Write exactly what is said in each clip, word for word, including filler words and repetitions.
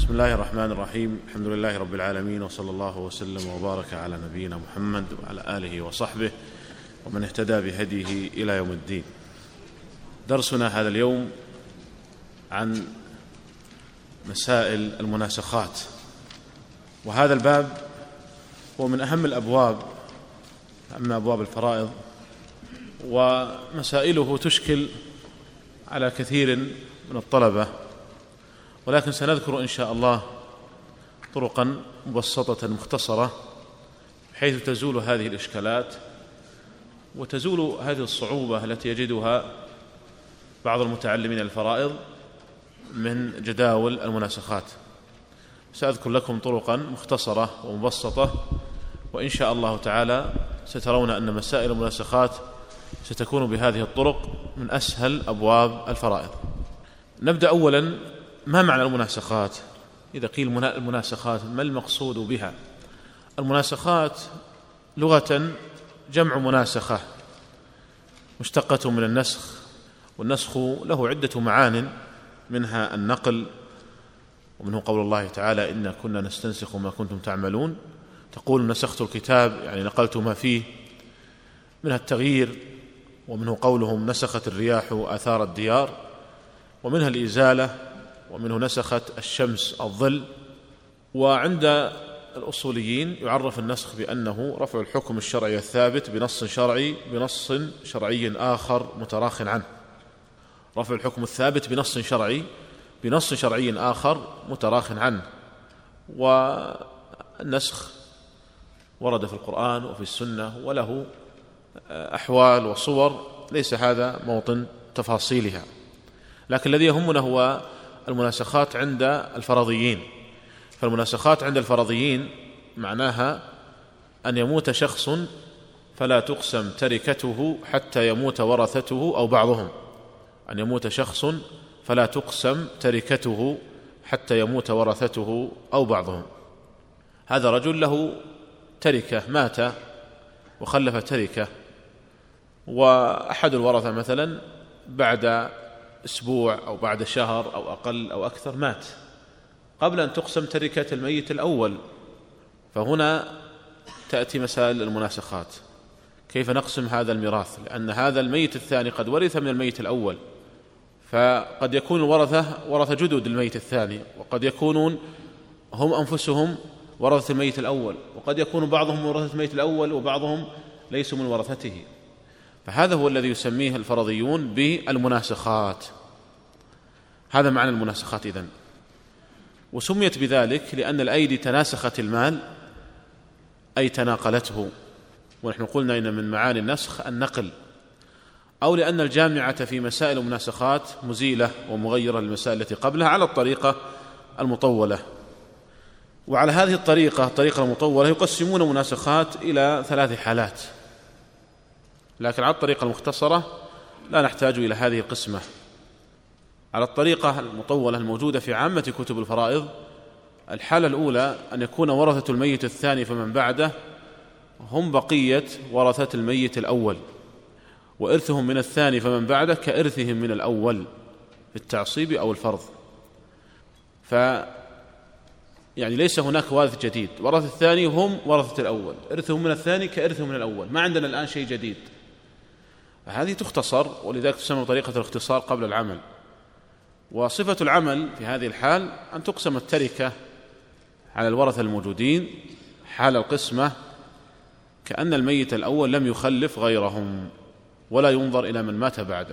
بسم الله الرحمن الرحيم. الحمد لله رب العالمين، وصلى الله وسلم وبارك على نبينا محمد وعلى آله وصحبه ومن اهتدى بهديه إلى يوم الدين. درسنا هذا اليوم عن مسائل المناسخات، وهذا الباب هو من أهم الأبواب من أبواب الفرائض، ومسائله تشكل على كثير من الطلبة، ولكن سنذكر إن شاء الله طرقا مبسطة مختصرة بحيث تزول هذه الإشكالات وتزول هذه الصعوبة التي يجدها بعض المتعلمين الفرائض من جداول المناسخات. سأذكر لكم طرقا مختصرة ومبسطة، وإن شاء الله تعالى سترون أن مسائل المناسخات ستكون بهذه الطرق من أسهل أبواب الفرائض. نبدأ أولا، ما معنى المناسخات؟ إذا قيل المناسخات ما المقصود بها؟ المناسخات لغة جمع مناسخة مشتقة من النسخ، والنسخ له عدة معان، منها النقل، ومنه قول الله تعالى إنا كنا نستنسخ ما كنتم تعملون، تقول نسخت الكتاب يعني نقلت ما فيه. منها التغيير، ومنه قولهم نسخت الرياح آثار الديار، ومنها الإزالة، ومنه نسخت الشمس الظل. وعند الأصوليين يعرف النسخ بأنه رفع الحكم الشرعي الثابت بنص شرعي بنص شرعي آخر متراخ عنه. رفع الحكم الثابت بنص شرعي بنص شرعي آخر متراخ عنه. والنسخ ورد في القرآن وفي السنة، وله أحوال وصور، ليس هذا موطن تفاصيلها، لكن الذي يهمنا هو المناسخات عند الفرضيين. فالمناسخات عند الفرضيين معناها أن يموت شخص فلا تقسم تركته حتى يموت ورثته أو بعضهم. أن يموت شخص فلا تقسم تركته حتى يموت ورثته أو بعضهم. هذا رجل له تركة، مات وخلف تركة، وأحد الورثة مثلا بعد أسبوع أو بعد شهر أو أقل أو أكثر مات قبل أن تقسم تركة الميت الأول. فهنا تأتي مسائل المناسخات، كيف نقسم هذا الميراث؟ لأن هذا الميت الثاني قد ورث من الميت الأول، فقد يكون الورثة ورثة جدد الميت الثاني، وقد يكونون هم أنفسهم ورثة الميت الأول، وقد يكون بعضهم ورثة الميت الأول وبعضهم ليسوا من ورثته. فهذا هو الذي يسميه الفرضيون بالمناسخات. هذا معنى المناسخات إذن. وسميت بذلك لأن الأيدي تناسخت المال، أي تناقلته، ونحن قلنا إن من معاني النسخ النقل، أو لأن الجامعة في مسائل المناسخات مزيلة ومغيرة للمسائل التي قبلها على الطريقة المطولة. وعلى هذه الطريقة الطريقة المطولة يقسمون مناسخات إلى ثلاث حالات، لكن على الطريقة المختصرة لا نحتاج إلى هذه القسمة. على الطريقة المطولة الموجودة في عامة كتب الفرائض، الحالة الأولى أن يكون ورثة الميت الثاني فمن بعده هم بقية ورثة الميت الأول، وإرثهم من الثاني فمن بعده كإرثهم من الأول في التعصيب أو الفرض. ف يعني ليس هناك وارث جديد، ورث الثاني هم ورثة الأول، إرثهم من الثاني كإرثهم من الأول، ما عندنا الآن شيء جديد. هذه تختصر، ولذلك تسمى طريقة الاختصار قبل العمل. وصفة العمل في هذه الحال أن تقسم التركة على الورثة الموجودين حال القسمة كأن الميت الأول لم يخلف غيرهم، ولا ينظر إلى من مات بعده.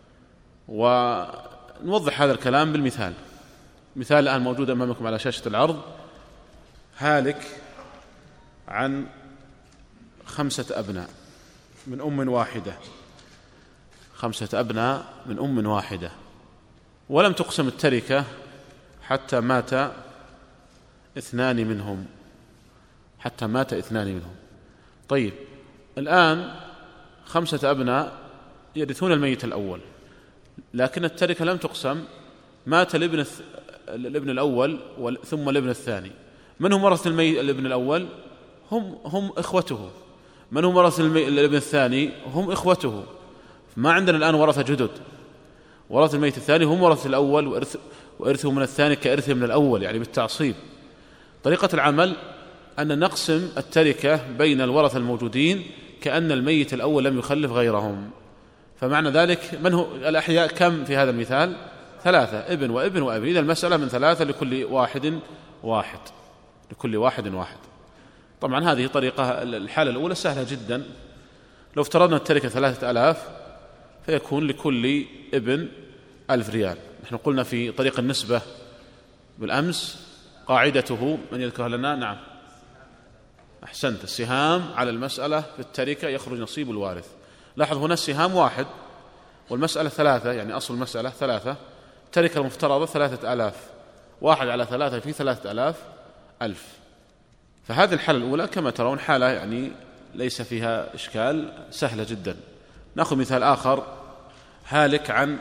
ونوضح هذا الكلام بالمثال. مثال الآن موجود أمامكم على شاشة العرض: هالك عن خمسة أبناء من أم واحدة، خمسة أبناء من أم واحدة، ولم تقسم التركة حتى مات اثنان منهم حتى مات اثنان منهم. طيب، الآن خمسة أبناء يرثون الميت الأول، لكن التركة لم تقسم، مات الابن الث... الابن الأول ثم الابن الثاني. من هم ورث الميت الابن الأول؟ هم هم إخوته. من هم ورث المي... الابن الثاني؟ هم إخوته. ما عندنا الآن ورثة جدد. ورث الميت الثاني هم ورث الأول، وإرث وإرثه من الثاني كإرثه من الأول، يعني بالتعصيب. طريقة العمل أن نقسم التركة بين الورثة الموجودين كأن الميت الأول لم يخلف غيرهم. فمعنى ذلك من هو الأحياء كم في هذا المثال؟ ثلاثة، ابن وابن وابن. إذا المسألة من ثلاثة لكل واحد واحد لكل واحد واحد. طبعا هذه طريقة، الحالة الأولى سهلة جدا. لو افترضنا التركة ثلاثة ألاف فيكون لكل ابن ألف ريال. نحن قلنا في طريق النسبة بالأمس قاعدته، من يذكرها لنا؟ نعم أحسنت، السهام على المسألة في التركة يخرج نصيب الوارث. لاحظ هنا السهام واحد والمسألة ثلاثة، يعني أصل المسألة ثلاثة، التركة المفترضة ثلاثة ألاف، واحد على ثلاثة في ثلاثة ألاف ألف. فهذه الحالة الأولى كما ترون حالة يعني ليس فيها إشكال، سهلة جدا. نأخذ مثال آخر، هالك عن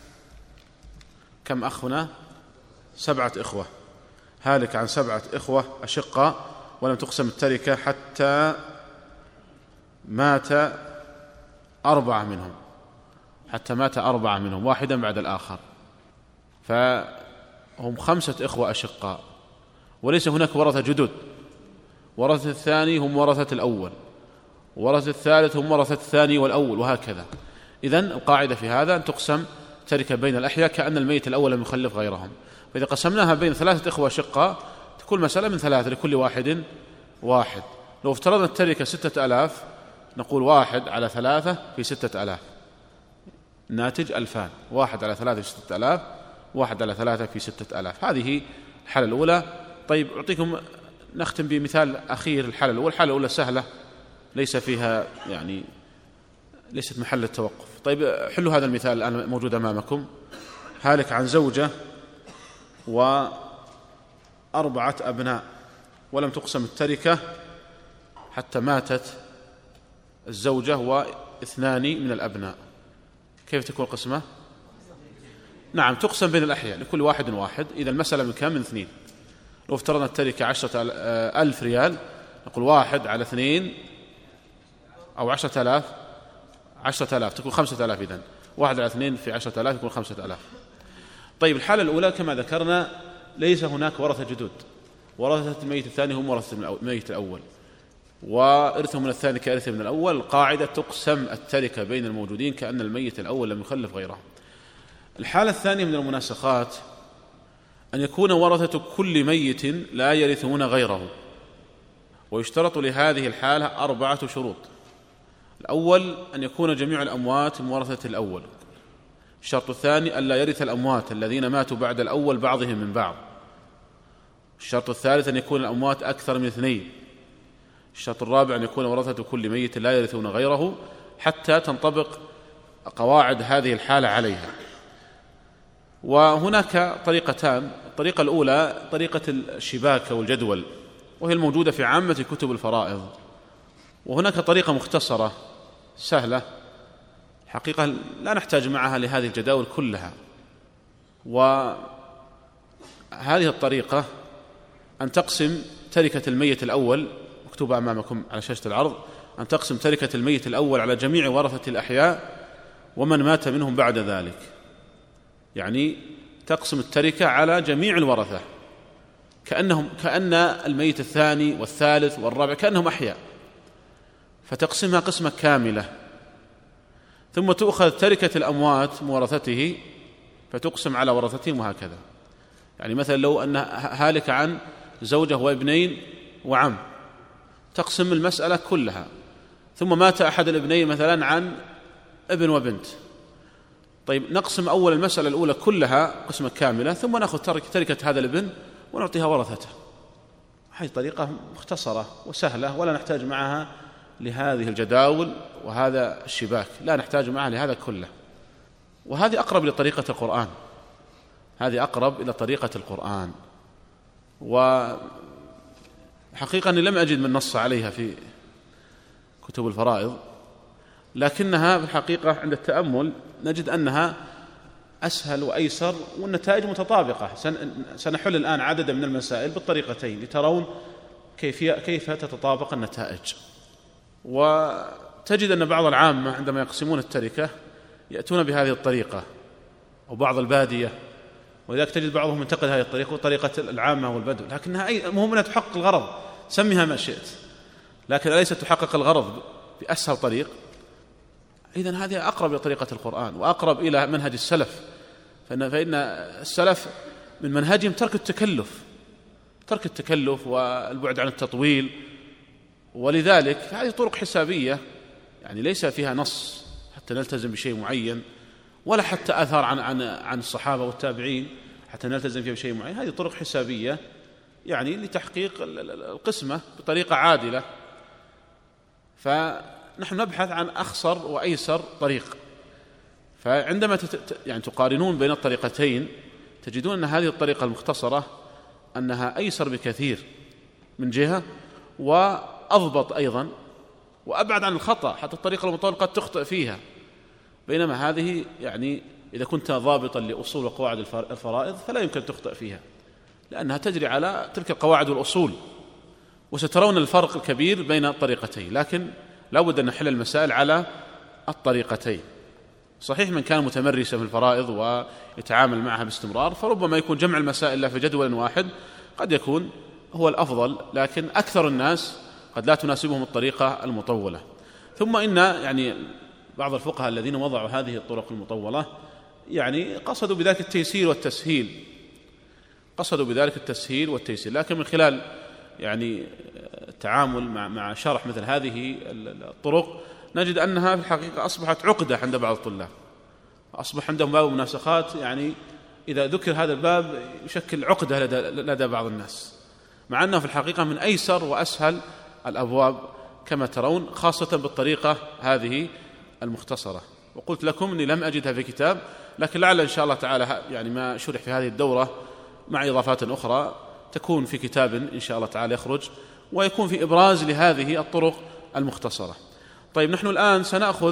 كم أخ هنا؟ سبعة إخوة، هالك عن سبعة إخوة أشقة ولم تقسم التركة حتى مات أربعة منهم، حتى مات أربعة منهم واحدا بعد الآخر، فهم خمسة إخوة أشقاء وليس هناك ورثة جدد. ورثة الثاني هم ورثة الأول، ورثة الثالث هم ورثة الثاني والأول، وهكذا. إذن القاعدة في هذا أن تقسم تركة بين الأحياء كأن الميت الأول لم يخلف غيرهم. فإذا قسمناها بين ثلاثة إخوة أشقاء تكون مسألة من ثلاثة لكل واحد واحد. لو افترضنا التركة ستة ألاف نقول واحد على ثلاثة في ستة ألاف، ناتج ألفان. واحد على ثلاثة في ستة ألاف، واحد على ثلاثة في ستة ألاف. هذه الحالة الأولى. طيب أعطيكم نختم بمثال أخير. الحالة الأولى، الحالة الأولى سهلة ليس فيها يعني ليست محل التوقف. طيب حلوا هذا المثال الآن موجود أمامكم. هالك عن زوجة وأربعة أبناء ولم تقسم التركة حتى ماتت الزوجة واثنان من الأبناء. كيف تكون القسمة؟ نعم تقسم بين الأحياء لكل واحد واحد. إذا المسألة من كم؟ من اثنين. لو افترضنا التركة عشرة ألف ريال نقول واحد على اثنين أو عشرة آلاف، عشرة آلاف تكون خمسة آلاف. إذن واحد على اثنين في عشرة آلاف يكون خمسة آلاف. طيب الحالة الأولى كما ذكرنا ليس هناك ورثة جدد، ورثة الميت الثاني هم ورثة الميت الأول، وإرثهم من الثاني كإرثه من الأول. القاعدة تقسم التركة بين الموجودين كأن الميت الأول لم يخلف غيره. الحالة الثانية من المناسخات أن يكون ورثة كل ميت لا يرثون غيره، ويشترط لهذه الحالة أربعة شروط. الأول أن يكون جميع الأموات من ورثة الأول. الشرط الثاني أن لا يرث الأموات الذين ماتوا بعد الأول بعضهم من بعض. الشرط الثالث أن يكون الأموات أكثر من اثنين. الشرط الرابع أن يكون ورثة كل ميت لا يرثون غيره حتى تنطبق قواعد هذه الحالة عليها. وهناك طريقتان. الطريقة الأولى طريقة الشباكة والجدول، وهي الموجودة في عامة كتب الفرائض. وهناك طريقة مختصرة سهلة حقيقة لا نحتاج معها لهذه الجداول كلها. وهذه الطريقة أن تقسم تركة الميت الأول، مكتوبة أمامكم على شاشة العرض، أن تقسم تركة الميت الأول على جميع ورثة الأحياء ومن مات منهم بعد ذلك. يعني تقسم التركة على جميع الورثة كأنهم كأن الميت الثاني والثالث والرابع كأنهم أحياء، فتقسمها قسمة كاملة. ثم تؤخذ تركة الأموات مورثته فتقسم على ورثتهم، وهكذا. يعني مثلا لو أن هالك عن زوجة وابنين وعم، تقسم المسألة كلها. ثم مات أحد الابنين مثلا عن ابن وبنت، طيب نقسم أول المسألة الأولى كلها قسمة كاملة، ثم نأخذ تركة هذا الابن ونعطيها ورثته. هذه طريقة مختصرة وسهلة ولا نحتاج معها لهذه الجداول وهذا الشباك، لا نحتاج معها لهذا كله. وهذه أقرب إلى طريقة القرآن، هذه أقرب إلى طريقة القرآن. وحقيقة أني لم أجد من نص عليها في كتب الفرائض، لكنها في الحقيقة عند التأمل نجد أنها أسهل وأيسر والنتائج متطابقة. سنحل الآن عددا من المسائل بالطريقتين لترون كيف كيف تتطابق النتائج. وتجد أن بعض العامة عندما يقسمون التركة يأتون بهذه الطريقة، أو بعض البادية ولذلك تجد بعضهم ينتقد هذه الطريقة وطريقة العامة والبدو، لكنها أي مهم أنها تحقق الغرض، سميها ما شئت، لكن أليست تحقق الغرض بأسهل طريق؟ إذن هذه أقرب إلى طريقة القرآن وأقرب إلى منهج السلف، فإن, فإن السلف من منهجهم ترك التكلف ترك التكلف والبعد عن التطويل، ولذلك هذه طرق حسابية يعني ليس فيها نص حتى نلتزم بشيء معين، ولا حتى أثر عن عن عن الصحابة والتابعين حتى نلتزم فيها بشيء معين. هذه طرق حسابية يعني لتحقيق القسمة بطريقة عادلة. فنحن نبحث عن أخصر وأيسر طريق، فعندما تت يعني تقارنون بين الطريقتين تجدون أن هذه الطريقة المختصرة أنها أيسر بكثير من جهة، وأضبط أيضا، وأبعد عن الخطأ، حتى الطريقة المطولة قد تخطئ فيها، بينما هذه يعني إذا كنت ضابطا لأصول وقواعد الفرائض فلا يمكن تخطئ فيها، لأنها تجري على تلك القواعد والأصول. وسترون الفرق الكبير بين الطريقتين، لكن لا بد أن نحل المسائل على الطريقتين. صحيح من كان متمرسا في الفرائض ويتعامل معها باستمرار فربما يكون جمع المسائل له في جدول واحد قد يكون هو الأفضل، لكن أكثر الناس قد لا تناسبهم الطريقة المطولة. ثم إن يعني بعض الفقهاء الذين وضعوا هذه الطرق المطولة يعني قصدوا بذلك التيسير والتسهيل قصدوا بذلك التسهيل والتيسير لكن من خلال يعني التعامل مع مع شرح مثل هذه الطرق نجد أنها في الحقيقة أصبحت عقدة عند بعض الطلاب، أصبح عندهم باب مناسخات، يعني إذا ذكر هذا الباب يشكل عقدة لدى, لدى بعض الناس، مع أنه في الحقيقة من أيسر وأسهل الأبواب كما ترون، خاصة بالطريقة هذه المختصرة. وقلت لكم أني لم أجدها في كتاب، لكن لعل إن شاء الله تعالى يعني ما شرح في هذه الدورة مع إضافات أخرى تكون في كتاب إن شاء الله تعالى يخرج، ويكون في إبراز لهذه الطرق المختصرة. طيب نحن الآن سنأخذ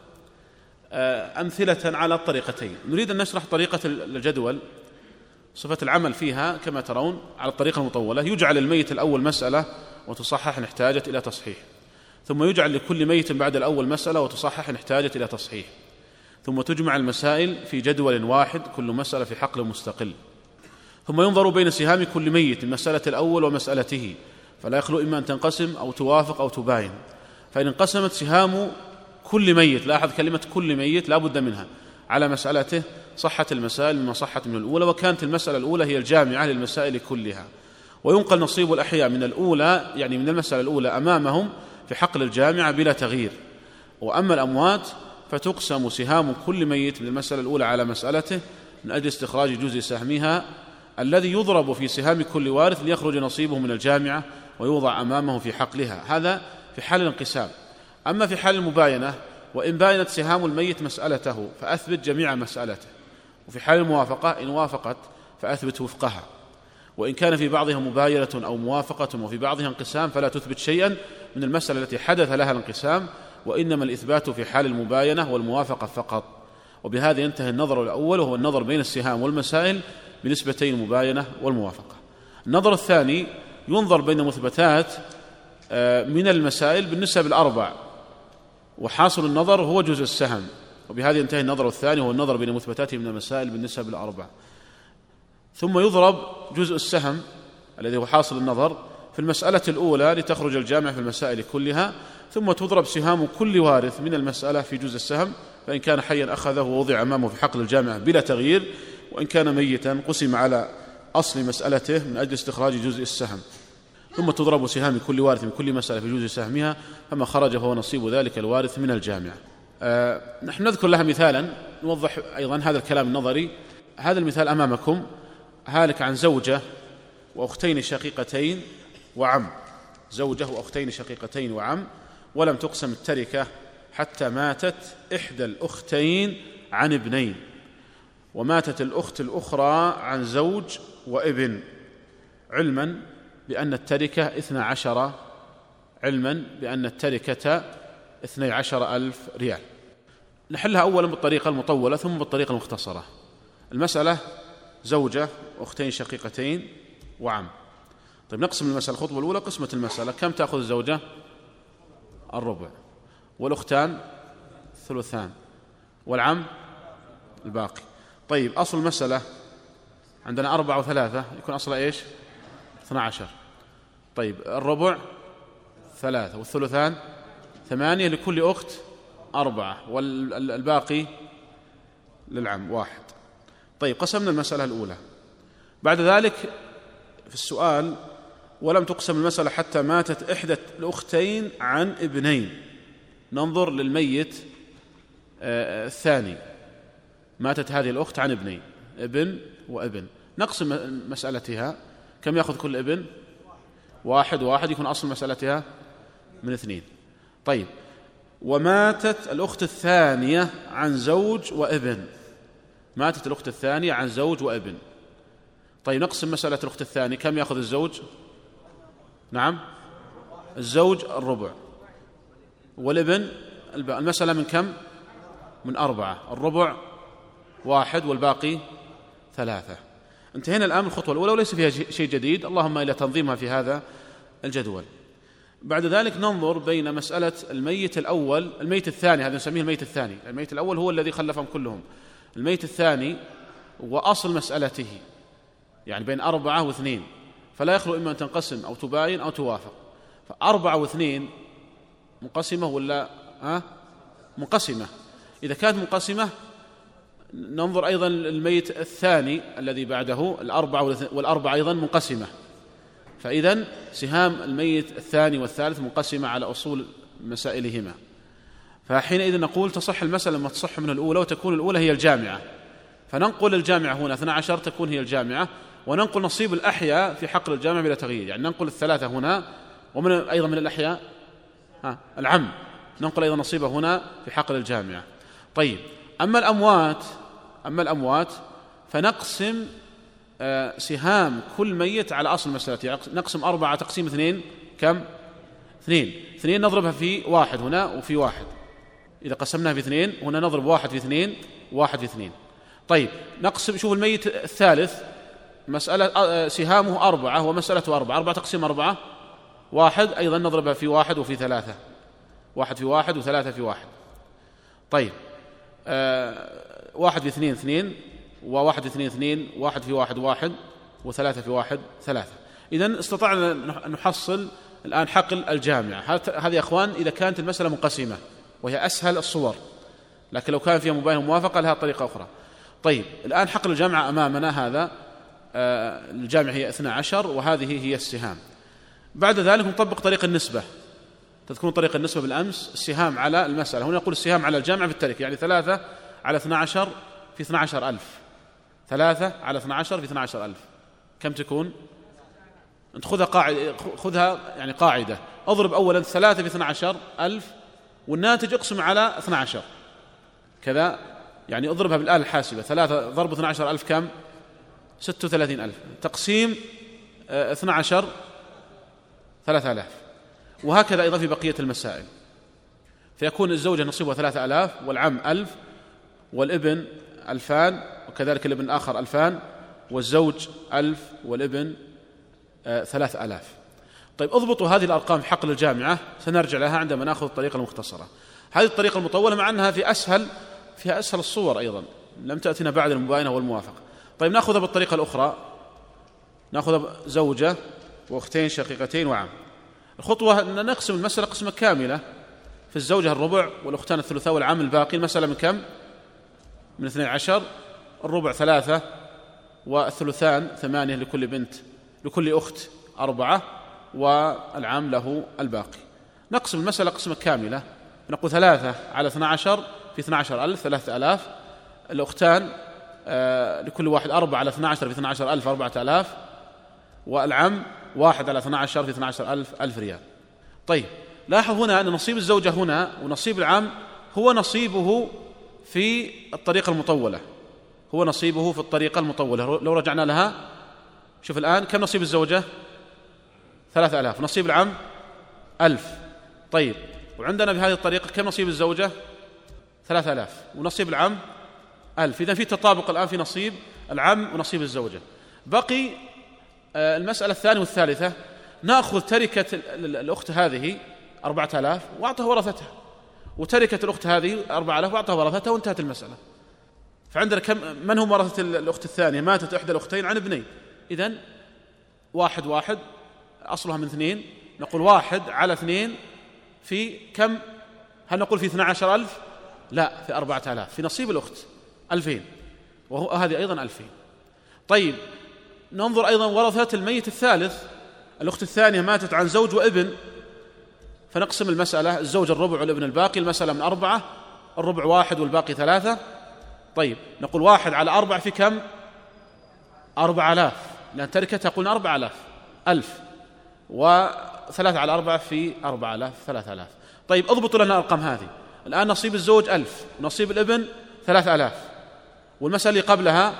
أمثلة على الطريقتين. نريد أن نشرح طريقة الجدول، صفة العمل فيها كما ترون على الطريقة المطولة. يجعل الميت الأول مسألة وتصحح إن احتاجت إلى تصحيح، ثم يجعل لكل ميت بعد الأول مسألة وتصحح إن احتاجت إلى تصحيح، ثم تجمع المسائل في جدول واحد كل مسألة في حقل مستقل، ثم ينظر بين سهام كل ميت من مسألة الأول ومسألته، فلا يخلو إما أن تنقسم أو توافق أو تباين. فإن انقسمت سهام كل ميت، لاحظ كلمة كل ميت لا بد منها، على مسألته صحت المسائل مما صحت من الأولى، وكانت المسألة الأولى هي الجامعة للمسائل كلها. وينقل نصيب الأحياء من الأولى يعني من المسألة الأولى أمامهم في حقل الجامعة بلا تغيير. وأما الأموات فتقسم سهام كل ميت من المسألة الأولى على مسألته من أجل استخراج جزء سهمها الذي يضرب في سهام كل وارث ليخرج نصيبه من الجامعة ويوضع أمامه في حقلها. هذا في حال الانقسام. أما في حال المباينة، وإن باينت سهام الميت مسألته فأثبت جميع مسألته، وفي حال الموافقة إن وافقت فأثبت وفقها، وإن كان في بعضها مباينة أو موافقة وفي بعضها انقسام فلا تثبت شيئا من المسألة التي حدث لها الانقسام، وإنما الإثبات في حال المباينة والموافقة فقط. وبهذا ينتهي النظر الأول، وهو النظر بين السهام والمسائل بنسبتي المباينة والموافقة. النظر الثاني ينظر بين مثبتات من المسائل بالنسب الأربع، وحاصل النظر هو جزء السهم، وبهذا ينتهي النظر الثاني، هو النظر بين مثبتات من المسائل بالنسب الأربع. ثم يضرب جزء السهم الذي هو حاصل النظر في المسألة الأولى لتخرج الجامعة في المسائل كلها، ثم تضرب سهام كل وارث من المسألة في جزء السهم، فإن كان حيا أخذه ووضع أمامه في حقل الجامعة بلا تغيير، وإن كان ميتا قسم على أصل مسألته من أجل استخراج جزء السهم، ثم تضرب سهام كل وارث من كل مسألة في جزء سهمها، فما خرج فهو نصيب ذلك الوارث من الجامعة. آه نحن نذكر لها مثالا نوضح أيضا هذا الكلام النظري. هذا المثال أمامكم هالك عن زوجة وأختين شقيقتين وعم، زوجة وأختين شقيقتين وعم، ولم تقسم التركة حتى ماتت إحدى الأختين عن ابنين، وماتت الأخت الأخرى عن زوج وابن، علما بأن التركة اثنى عشر علما بأن التركة اثني عشر ألف ريال. نحلها أولا بالطريقة المطولة ثم بالطريقة المختصرة. المسألة زوجة وأختين شقيقتين وعم. طيب نقسم المسألة. الخطوة الأولى قسمة المسألة. كم تأخذ الزوجة؟ الربع، والأختان ثلثان، والعم الباقي. طيب أصل المسألة عندنا أربعة وثلاثة يكون أصله إيش؟ اثنا عشر. طيب الربع ثلاثة والثلثان ثمانية، لكل أخت أربعة، والباقي للعم واحد. طيب قسمنا المسألة الأولى. بعد ذلك في السؤال: ولم تقسم المسألة حتى ماتت إحدى الأختين عن ابنين. ننظر للميت آه الثاني، ماتت هذه الأخت عن ابنين، ابن وابن. نقسم مسألتها، كم يأخذ كل ابن؟ واحد واحد، يكون أصل مسألتها من اثنين. طيب وماتت الأخت الثانية عن زوج وابن، ماتت الأخت الثانية عن زوج وابن. طيب نقسم مسألة الأخت الثانية، كم يأخذ الزوج؟ نعم الزوج الربع، والابن المسألة من كم؟ من أربعة، الربع واحد والباقي ثلاثة. انتهينا الآن من الخطوة الأولى وليس فيها شيء جديد، اللهم إلى تنظيمها في هذا الجدول. بعد ذلك ننظر بين مسألة الميت الأول، الميت الثاني، هذا نسميه الميت الثاني. الميت الأول هو الذي خلفهم كلهم، الميت الثاني وأصل مسألته، يعني بين أربعة واثنين، فلا يخلو إما أن تنقسم أو تباين أو توافق. فأربعة واثنين منقسمة ولا ها؟ منقسمة. إذا كانت منقسمة ننظر أيضا الميت الثاني الذي بعده، الأربعة والأربعة أيضا منقسمة، فإذن سهام الميت الثاني والثالث منقسمة على أصول مسائلهما. فحينئذ نقول تصح المسألة لما تصح من الأولى، وتكون الأولى هي الجامعة، فننقل الجامعة هنا اثنا عشر تكون هي الجامعة، وننقل نصيب الأحياء في حقل الجامعة بلا تغيير، يعني ننقل الثلاثة هنا، ومن أيضا من الأحياء ها العم ننقل أيضا نصيبه هنا في حقل الجامعة. طيب أما الأموات أما الأموات فنقسم آه سهام كل ميت على أصل مسألة، يعني نقسم أربعة تقسيم اثنين كم؟ اثنين. اثنين نضربها في واحد هنا وفي واحد، إذا قسمناها في اثنين هنا نضرب واحد في اثنين واحد في اثنين. طيب نقسم، شوف الميت الثالث مسألة سهامه أربعة ومسألته أربعة، أربعة تقسيم أربعة واحد، أيضا نضربها في واحد وفي ثلاثة، واحد في واحد وثلاثة في واحد. طيب آه واحد في اثنين اثنين، وواحد في اثنين اثنين، واحد في واحد واحد، وثلاثة في واحد ثلاثة. إذن استطعنا أن نحصل الآن حقل الجامعة. هذه يا أخوان إذا كانت المسألة منقسمة وهي أسهل الصور، لكن لو كان فيها مباينة وموافقة لها طريقة أخرى. طيب الآن حقل الجامعة أمامنا، هذا آه الجامعة هي اثنا عشر وهذه هي السهام. بعد ذلك نطبق طريق النسبة، تذكرون طريق النسبة بالأمس، السهام على المسألة. هنا نقول السهام على الجامعة في التركة، يعني ثلاثة على اثنا عشر في اثنا عشر ألف، ثلاثة على اثنا عشر في اثنا عشر ألف، كم تكون؟ أنت خذها قاعدة، خذها يعني قاعدة، أضرب أولا ثلاثة في اثنا عشر ألف والناتج اقسم على اثنا عشر كذا، يعني أضربها بالآلة الحاسبة، ثلاثة ضرب اثنا عشر ألف كم؟ ستة وثلاثين ألف، تقسيم اثنا عشر ثلاثة آلاف، وهكذا أيضا في بقية المسائل. فيكون الزوجة نصيبها ثلاثة آلاف، والعم ألف، والابن ألفان، وكذلك الابن الآخر ألفان، والزوج ألف، والابن آه ثلاث آلاف. طيب اضبطوا هذه الأرقام في حقل الجامعة، سنرجع لها عندما نأخذ الطريقة المختصرة. هذه الطريقة المطولة مع أنها في أسهل فيها أسهل الصور أيضا، لم تأتنا بعد المباينة والموافقة. طيب نأخذها بالطريقة الأخرى، نأخذ زوجة وأختين شقيقتين وعم. الخطوة أن نقسم المسألة قسمة كاملة، في الزوجة الربع والأختان الثلثاء والعم الباقي. المسألة من كم؟ من اثنين عشر، الربع ثلاثة والثلثان ثمانية، لكل بنت لكل أخت أربعة، والعم له الباقي. نقسم المسألة قسمة كاملة، نقول ثلاثة على اثنا عشر في اثنا عشر ألف، ثلاثة آلاف. الأختان آه لكل واحد أربعة على اثنا عشر في اثنا عشر ألف، أربعة آلاف. والعم واحد على اثنا عشر في اثنا عشر ألف، ألف ريال. طيب لاحظ هنا أن نصيب الزوجة هنا ونصيب العم هو نصيبه في الطريقة المطولة، هو نصيبه في الطريقة المطولة. لو رجعنا لها شوف الآن كم نصيب الزوجة؟ ثلاثة آلاف. نصيب العم ألف. طيب وعندنا بهذه الطريقة كم نصيب الزوجة؟ ثلاثة آلاف، ونصيب العم ألف. إذن في تطابق الآن في نصيب العم ونصيب الزوجة. بقي المسألة الثانية والثالثة، نأخذ تركة الأخت هذه أربعة آلاف وأعطها ورثتها، وتركة الأخت هذه أربعة آلاف وأعطها ورثتها، وانتهت المسألة. فعندنا كم من هم ورثة الأخت الثانية؟ ماتت إحدى الأختين عن ابنين، إذن واحد واحد أصلها من اثنين، نقول واحد على اثنين في كم؟ هل نقول في اثنى عشر ألف؟ لا، في أربعة آلاف، في نصيب الأخت ألفين، وهذه أيضا ألفين. طيب ننظر أيضا ورثة الميت الثالث، الأخت الثانية ماتت عن زوج وابن، فنقسم المسألة، الزوج الربع والابن الباقي، المسألة من أربعة، الربع واحد والباقي ثلاثة. طيب نقول واحد على أربعة في كم؟ أربع آلاف، لأن تركتها قلنا أربع آلاف ألف، وثلاثة على أربعة في أربع آلاف ثلاثة آلاف. طيب اضبطوا لنا الأرقام هذه. الآن نصيب الزوج ألف، ونصيب الابن ثلاثة آلاف، والمسألة اللي قبلها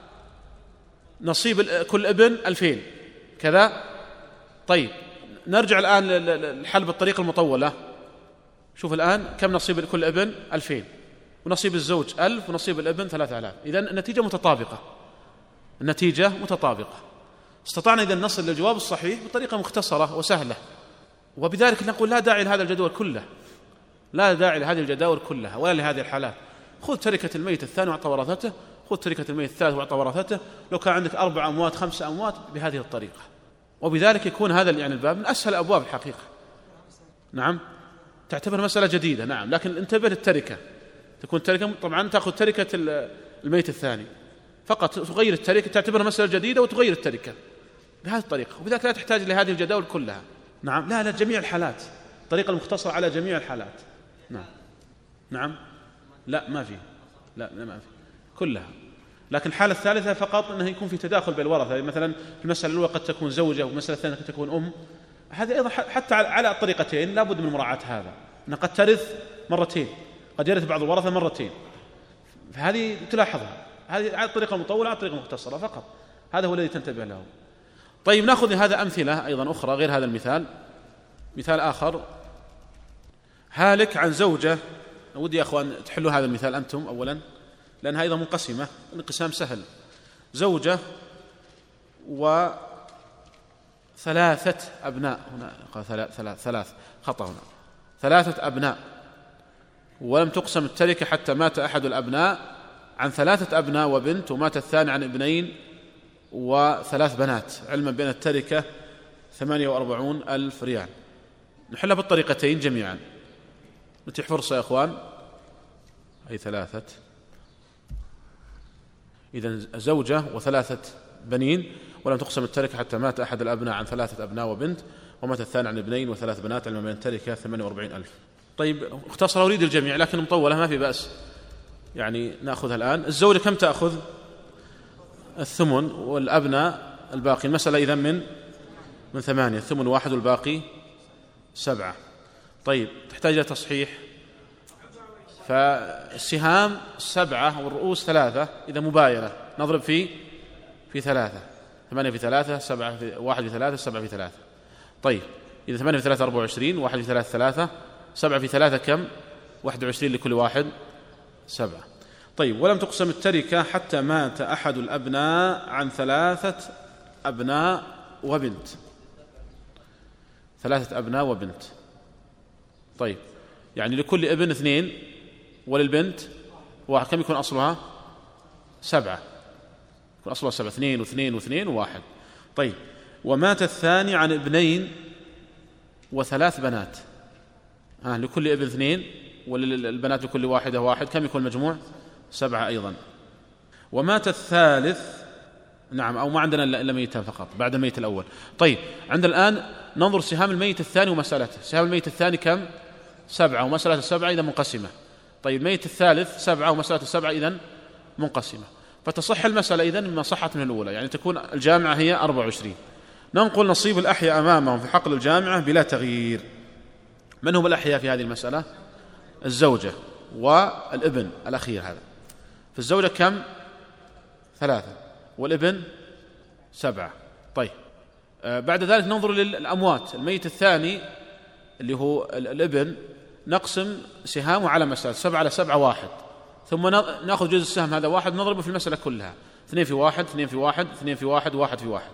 نصيب كل ابن ألفين كذا. طيب نرجع الآن للحل بالطريقة المطولة. شوف الآن كم نصيب كل ابن؟ ألفين، ونصيب الزوج ألف، ونصيب الابن ثلاثة آلاف. إذن النتيجة متطابقة، النتيجة متطابقة. استطعنا إذن نصل للجواب الصحيح بطريقة مختصرة وسهلة، وبذلك نقول لا داعي لهذا الجدول كله، لا داعي لهذه الجداول كلها ولا لهذه الحالات. خذ تركة الميت الثاني واعطى ورثته، خذ تركة الميت الثالث واعطى ورثته، لو كان عندك أربع أموات خمس أموات بهذه الطريقة، وبذلك يكون هذا يعني الباب من أسهل أبواب الحقيقة. نعم، تعتبر مسألة جديدة، نعم، لكن انتبه للتركة، تكون تركة طبعا تأخذ تركة الميت الثاني فقط، تغير التركة، تعتبرها مسألة جديدة وتغير التركة بهذه الطريقة، وبذلك لا تحتاج لهذه الجداول كلها. نعم، لا لا جميع الحالات، الطريقة المختصرة على جميع الحالات. نعم نعم لا ما في، لا ما في كلها، لكن الحالة الثالثة فقط أنه يكون في تداخل بين الورثة، يعني مثلا في المسألة الأولى قد تكون زوجة، والمسألة الثانية قد تكون أم، هذا أيضا حتى على الطريقتين لا بد من مراعاة هذا، أنها قد ترث مرتين، قد يرث بعض الورثة مرتين، فهذه تلاحظها، هذه على الطريقة المطولة على الطريقة المختصرة فقط، هذا هو الذي تنتبه له. طيب نأخذ هذا أمثلة أيضا أخرى غير هذا المثال. مثال آخر، هالك عن زوجة، ودي يا أخوان تحلوا هذا المثال أنتم أولا، لأنها أيضا منقسمة، الانقسام سهل. زوجة وثلاثة أبناء، هنا قال ثلاث ثلاث ثلاث خطأ هنا، ثلاثة أبناء، ولم تقسم التركة حتى مات أحد الأبناء عن ثلاثة أبناء وبنت، ومات الثاني عن ابنين وثلاث بنات، علما بأن التركة ثمانية وأربعون ألف ريال. نحلها بالطريقتين جميعا، نتيح فرصة يا أخوان. أي ثلاثة، إذن زوجة وثلاثة بنين، ولم تقسم التركة حتى مات أحد الأبناء عن ثلاثة أبناء وبنت، ومات الثاني عن ابنين وثلاث بنات، علما بأن التركة ثمانية وأربعين ألف. طيب اختصر أريد الجميع لكن مطولة ما في بأس، يعني نأخذها الآن. الزوجة كم تأخذ؟ الثمن، والأبناء الباقي. المسألة إذن من من ثمانية، الثمن واحد والباقي سبعة. طيب تحتاج إلى تصحيح، فالسهام سبعة والرؤوس ثلاثة، إذا مباينة نضرب في في ثلاثة، ثمانية في ثلاثة، سبعة في واحد في ثلاثة، سبعة في ثلاثة. طيب إذا ثمانية في ثلاثة أربعة وعشرين، واحد في ثلاثة ثلاثة، سبعة في ثلاثة كم؟ واحد وعشرين لكل واحد سبعة. طيب ولم تقسم التركة حتى مات أحد الأبناء عن ثلاثة أبناء وبنت، ثلاثة أبناء وبنت. طيب يعني لكل ابن اثنين وللبنت واحد، كم يكون أصلها؟ سبعة، يكون أصلها سبعة، اثنين واثنين واثنين وواحد. طيب ومات الثاني عن ابنين وثلاث بنات، ها لكل ابن اثنين وللبنات لكل واحدة واحد، كم يكون المجموع؟ سبعة أيضا. ومات الثالث، نعم، أو ما عندنا إلا ميتان فقط بعد الميت الأول. طيب عندنا الآن ننظر سهام الميت الثاني ومسألته. سهام الميت الثاني كم؟ سبعة، ومسألة السبعة إذا منقسمة. طيب الميت الثالث سبعة ومسألة السبعة إذا منقسمة، فتصح المسألة إذن مما صحت من الأولى، يعني تكون الجامعة هي أربعة وعشرين. ننقل نصيب الأحياء أمامهم في حقل الجامعة بلا تغيير. من هم الأحياء في هذه المسألة؟ الزوجة والابن الأخير هذا. في الزوجة كم؟ ثلاثة، والابن سبعة. طيب آه بعد ذلك ننظر للأموات. الميت الثاني اللي هو الابن نقسم سهامه على مسألة سبعة على سبعة واحد، ثم نأخذ جزء السهم هذا واحد نضربه في المسألة كلها، اثنين في واحد، اثنين في واحد، اثنين في واحد، واحد في واحد.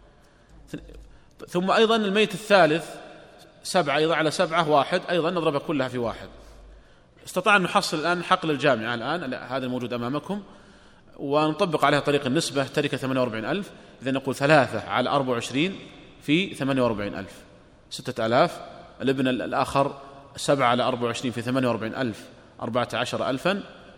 ثم أيضا الميت الثالث سبعة أيضا على سبعة واحد، أيضا نضربها كلها في واحد. استطاع أن نحصل الآن حقل الجامعة الآن هذا الموجود أمامكم، ونطبق عليها طريق النسبة تركة ثمانية وأربعين ألف، إذا نقول ثلاثة على أربعة وعشرين في ثمانية وأربعين ألف ستة آلاف. الابن الآخر سبعة على أربعة وعشرين في ثمانية وأربعين ألف أربعة عشر ألفا.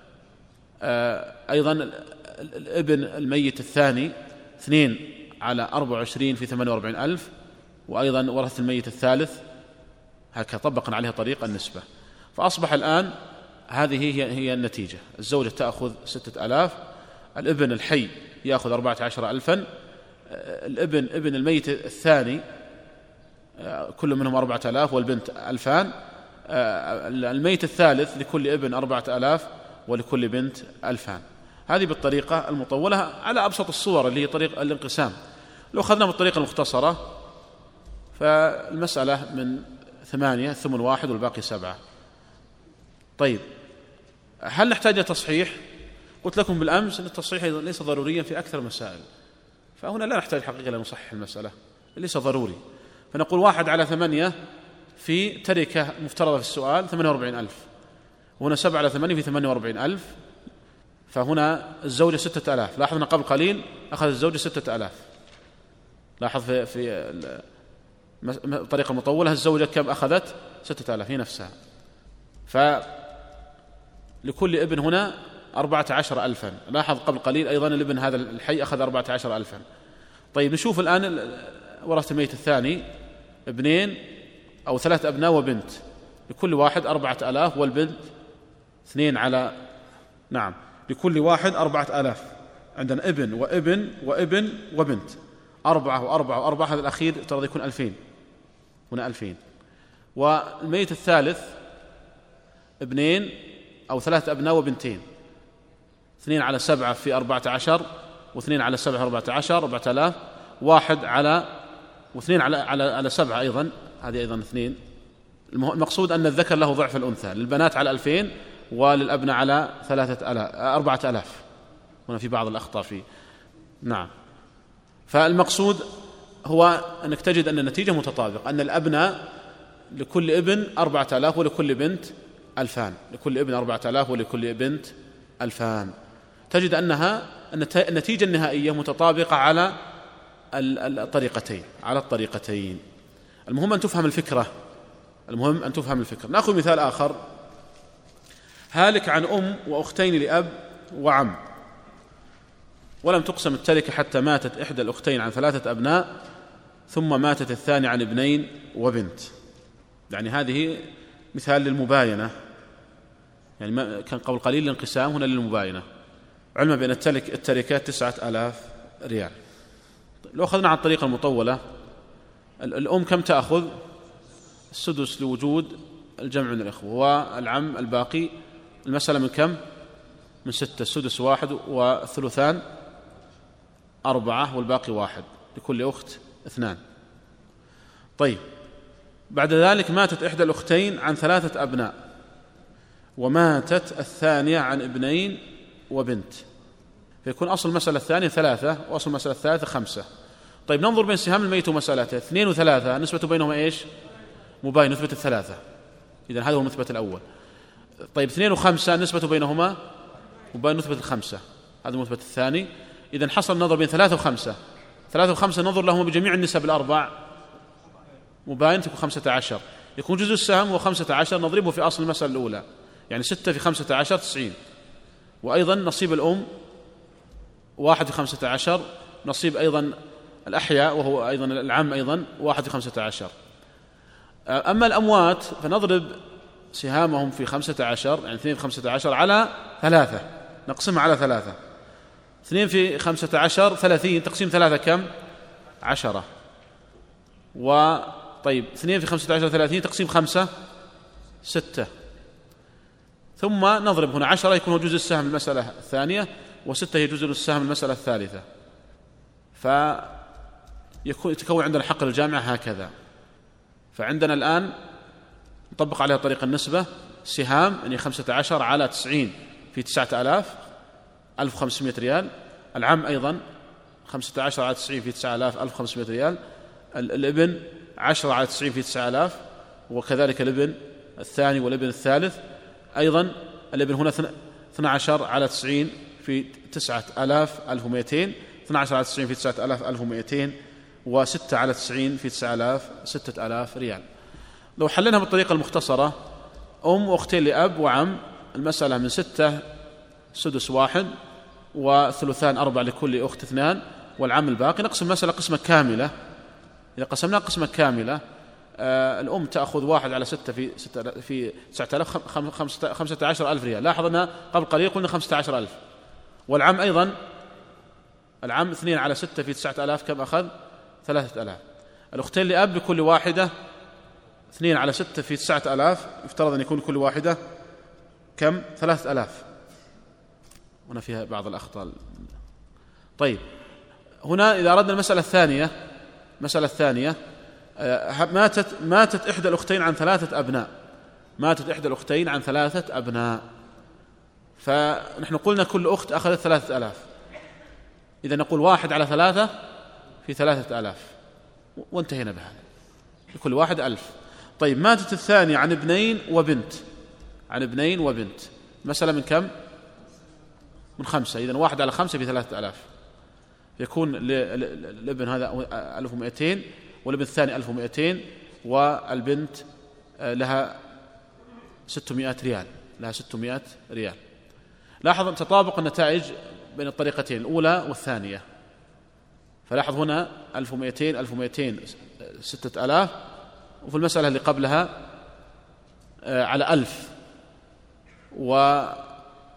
أيضا الابن الميت الثاني اثنين على أربعة وعشرين في ثمانية وأربعين ألف، وأيضا ورثة الميت الثالث هكذا طبقنا عليها طريق النسبة. فأصبح الآن هذه هي هي النتيجة: الزوجة تأخذ ستة آلاف، الابن الحي يأخذ أربعة عشر ألفا، الابن ابن الميت الثاني كل منهم أربعة آلاف والبنت ألفان، الميت الثالث لكل ابن أربعة آلاف ولكل بنت ألفان. هذه بالطريقة المطولة على أبسط الصور اللي هي طريق الانقسام. لو أخذنا بالطريقة المختصرة فالمسألة من ثمانية ثمن واحد والباقي سبعة. طيب هل نحتاج إلى تصحيح؟ قلت لكم بالأمس أن التصحيح ليس ضروريا في أكثر المسائل، فهنا لا نحتاج حقيقة إلى نصحح المسألة، ليس ضروري. فنقول واحد على ثمانية في تركة مفترضة في السؤال ثمانية وأربعين ألف، وهنا سبعة على ثمانية في ثمانية وأربعين ألف، فهنا الزوجة ستة آلاف. لاحظنا قبل قليل أخذ الزوجة ستة آلاف. لاحظ في, في الطريقة المطولة الزوجة كم أخذت؟ ستة آلاف هي نفسها. فلكل ابن هنا أربعة عشر ألفا. لاحظ قبل قليل أيضا الابن هذا الحي أخذ أربعة عشر ألفا. طيب نشوف الآن ورثة الميت الثاني ابنين أو ثلاث أبناء وبنت، لكل واحد أربعة آلاف والبنت اثنين على نعم لكل واحد أربعة آلاف. عندنا ابن وابن وابن وبنت، أربعة وأربعة وأربعة، هذا الأخير ترى يكون ألفين، هنا ألفين. والميت الثالث ابنين أو ثلاث أبناء وبنتين، اثنين على سبعة في أربعة عشر، واثنين على سبعة أربعة عشر أربعة آلاف، واحد على واثنين على على على سبعة أيضا، هذه أيضا اثنين. المقصود أن الذكر له ضعف الأنثى، للبنات على ألفين وللأبناء على ثلاثة آلاف أربعة آلاف. هنا في بعض الأخطاء فيه نعم. فالمقصود هو أنك تجد أن النتيجة متطابقة، أن الأبناء لكل ابن أربعة آلاف ولكل بنت ألفان، لكل ابن أربعة آلاف ولكل بنت ألفان. تجد أنها النتيجة النهائية متطابقة على الطريقتين على الطريقتين. المهم أن تفهم الفكرة، المهم أن تفهم الفكرة. نأخذ مثال آخر: هالك عن أم وأختين لأب وعم، ولم تقسم التركة حتى ماتت إحدى الأختين عن ثلاثة أبناء، ثم ماتت الثانية عن ابنين وبنت. يعني هذه مثال للمباينة، يعني ما كان قبل قليل الانقسام، هنا للمباينة، علما بأن التركة تسعة آلاف ريال. لو أخذنا عن الطريقة المطولة، الأم كم تأخذ؟ السدس لوجود الجمع من الإخوة، والعم الباقي. المسألة من كم؟ من ستة، السدس واحد والثلثان أربعة والباقي واحد، لكل أخت اثنان. طيب بعد ذلك ماتت إحدى الأختين عن ثلاثة أبناء، وماتت الثانية عن ابنين وبنت، فيكون أصل المسألة الثانية ثلاثة وأصل المسألة الثالثة خمسة. طيب ننظر بين سهام الميت ومسألته، اثنين وثلاثة نسبة بينهما إيش؟ مباين، نثبت الثلاثة، إذن هذا هو المثبت الأول. طيب اثنين وخمسة نسبة بينهما مباين، نثبت الخمسة، هذا المثبت الثاني. إذن حصل النظر بين ثلاثة وخمسة، ثلاثة وخمسة ننظر لهما بجميع النسب الأربع مباين، تكون خمسة عشر، يكون جزء السهم هو خمسة عشر، نضربه في أصل المسألة الأولى، يعني ستة في خمسة عشر تسعين. وأيضا نصيب الأم واحد في خمسة عشر، نصيب أيضا الأحياء وهو أيضا العم أيضا واحد في خمسة عشر. أما الأموات فنضرب سهامهم في خمسة عشر، يعني اثنين في خمسة عشر على ثلاثة، نقسمها على ثلاثة، اثنين في خمسة عشر ثلاثين، تقسيم ثلاثة كم؟ عشرة. وطيب اثنين في خمسة عشر ثلاثين، تقسيم خمسة ستة. ثم نضرب هنا عشرة، يكون هو جزء السهم المسألة الثانية، وستة هي جزء السهم المسألة الثالثة، فيكون يتكون عندنا حق الجامعة هكذا. فعندنا الآن نطبق عليها طريقة النسبة، سهام يعني خمسة عشر على تسعين في تسعة آلاف ألف وخمسمائة ريال، العم أيضا خمسة عشر على تسعين في تسعة آلاف ألف وخمسمائة ريال، الابن عشرة على تسعين في تسعة آلاف، وكذلك الابن الثاني والابن الثالث أيضا. الابن هنا اثنى عشر على تسعين في تسعة آلاف ألف ومئتين، اثني عشر على تسعين في تسعة آلاف ألف ومئتين، وستة على تسعين في تسعة آلاف ستة آلاف ريال. لو حلناها بالطريقة المختصرة، أم وأختين لأب وعم، المسألة من ستة سدس واحد وثلثان أربع لكل أخت اثنان والعم الباقي. نقسم المسألة قسمة كاملة. إذا قسمناها قسمة كاملة، آه الأم تأخذ واحد على ستة في ستة في تسعة آلاف خمسة عشر ألف ريال. لاحظ أن قبل قليل قلنا خمسة عشر ألف. والعم أيضا، العم اثنين على ستة في تسعة آلاف كم أخذ؟ ثلاثة آلاف. الأختين لأب لكل واحدة اثنين على ستة في تسعة آلاف، يفترض أن يكون كل واحدة كم؟ ثلاثة آلاف. هنا فيها بعض الأخطاء. طيب، هنا إذا أردنا المسألة الثانية، المسألة الثانية ماتت ماتت إحدى الأختين عن ثلاثة أبناء، ماتت إحدى الأختين عن ثلاثة أبناء، فنحن قلنا كل أخت أخذت ثلاثة آلاف. إذا نقول واحد على ثلاثة في ثلاثة آلاف، وانتهينا بهذا، لكل واحد ألف. طيب، ماتت الثانية عن ابنين وبنت، عن ابنين وبنت، مسألة من كم؟ من خمسة. إذن واحد على خمسة في ثلاثة آلاف، يكون الابن هذا ألف ومئتين، والابن الثاني ألف ومئتين، والبنت لها ستمائة ريال، لها ستمائة ريال. لاحظ تطابق النتائج بين الطريقتين الأولى والثانية. فلاحظ هنا ألف ومئتين ألف ومئتين ستة آلاف، وفي المسألة اللي قبلها على ألف، وأيضا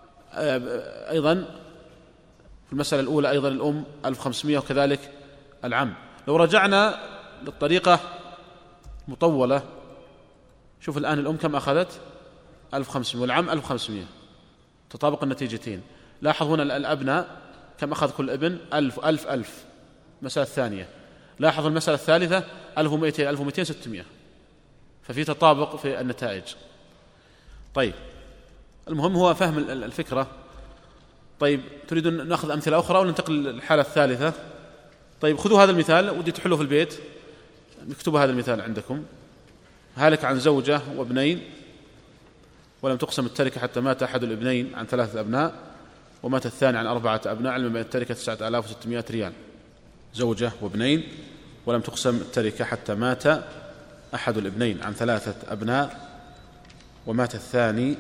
في المسألة الأولى أيضا الأم ألف وخمسمائة، وكذلك العم. لو رجعنا للطريقة مطولة، شوف الآن الأم كم أخذت؟ ألف وخمسمائة، والعم ألف وخمسمائة، تطابق النتيجتين. لاحظ هنا الأبناء كم أخذ كل ابن؟ ألف ألف ألف، المسألة الثانية. لاحظ المسألة الثالثة ألف ومئتين ألف ومئتين ستمائة، ففي تطابق في النتائج. طيب، المهم هو فهم الفكرة. طيب، تريدون نأخذ أمثلة أخرى ولا ننتقل للحالة الثالثة؟ طيب، خذوا هذا المثال، ودي تحلوا في البيت، اكتبوا هذا المثال عندكم. هالك عن زوجة وابنين ولم تقسم التركة حتى مات أحد الابنين عن ثلاثة أبناء، ومات الثاني عن أربعة أبناء، علما بأن التركة تسعة آلاف وستمائة ريال. زوجة وابنين ولم تقسم التركة حتى مات أحد الابنين عن ثلاثة أبناء، ومات الثاني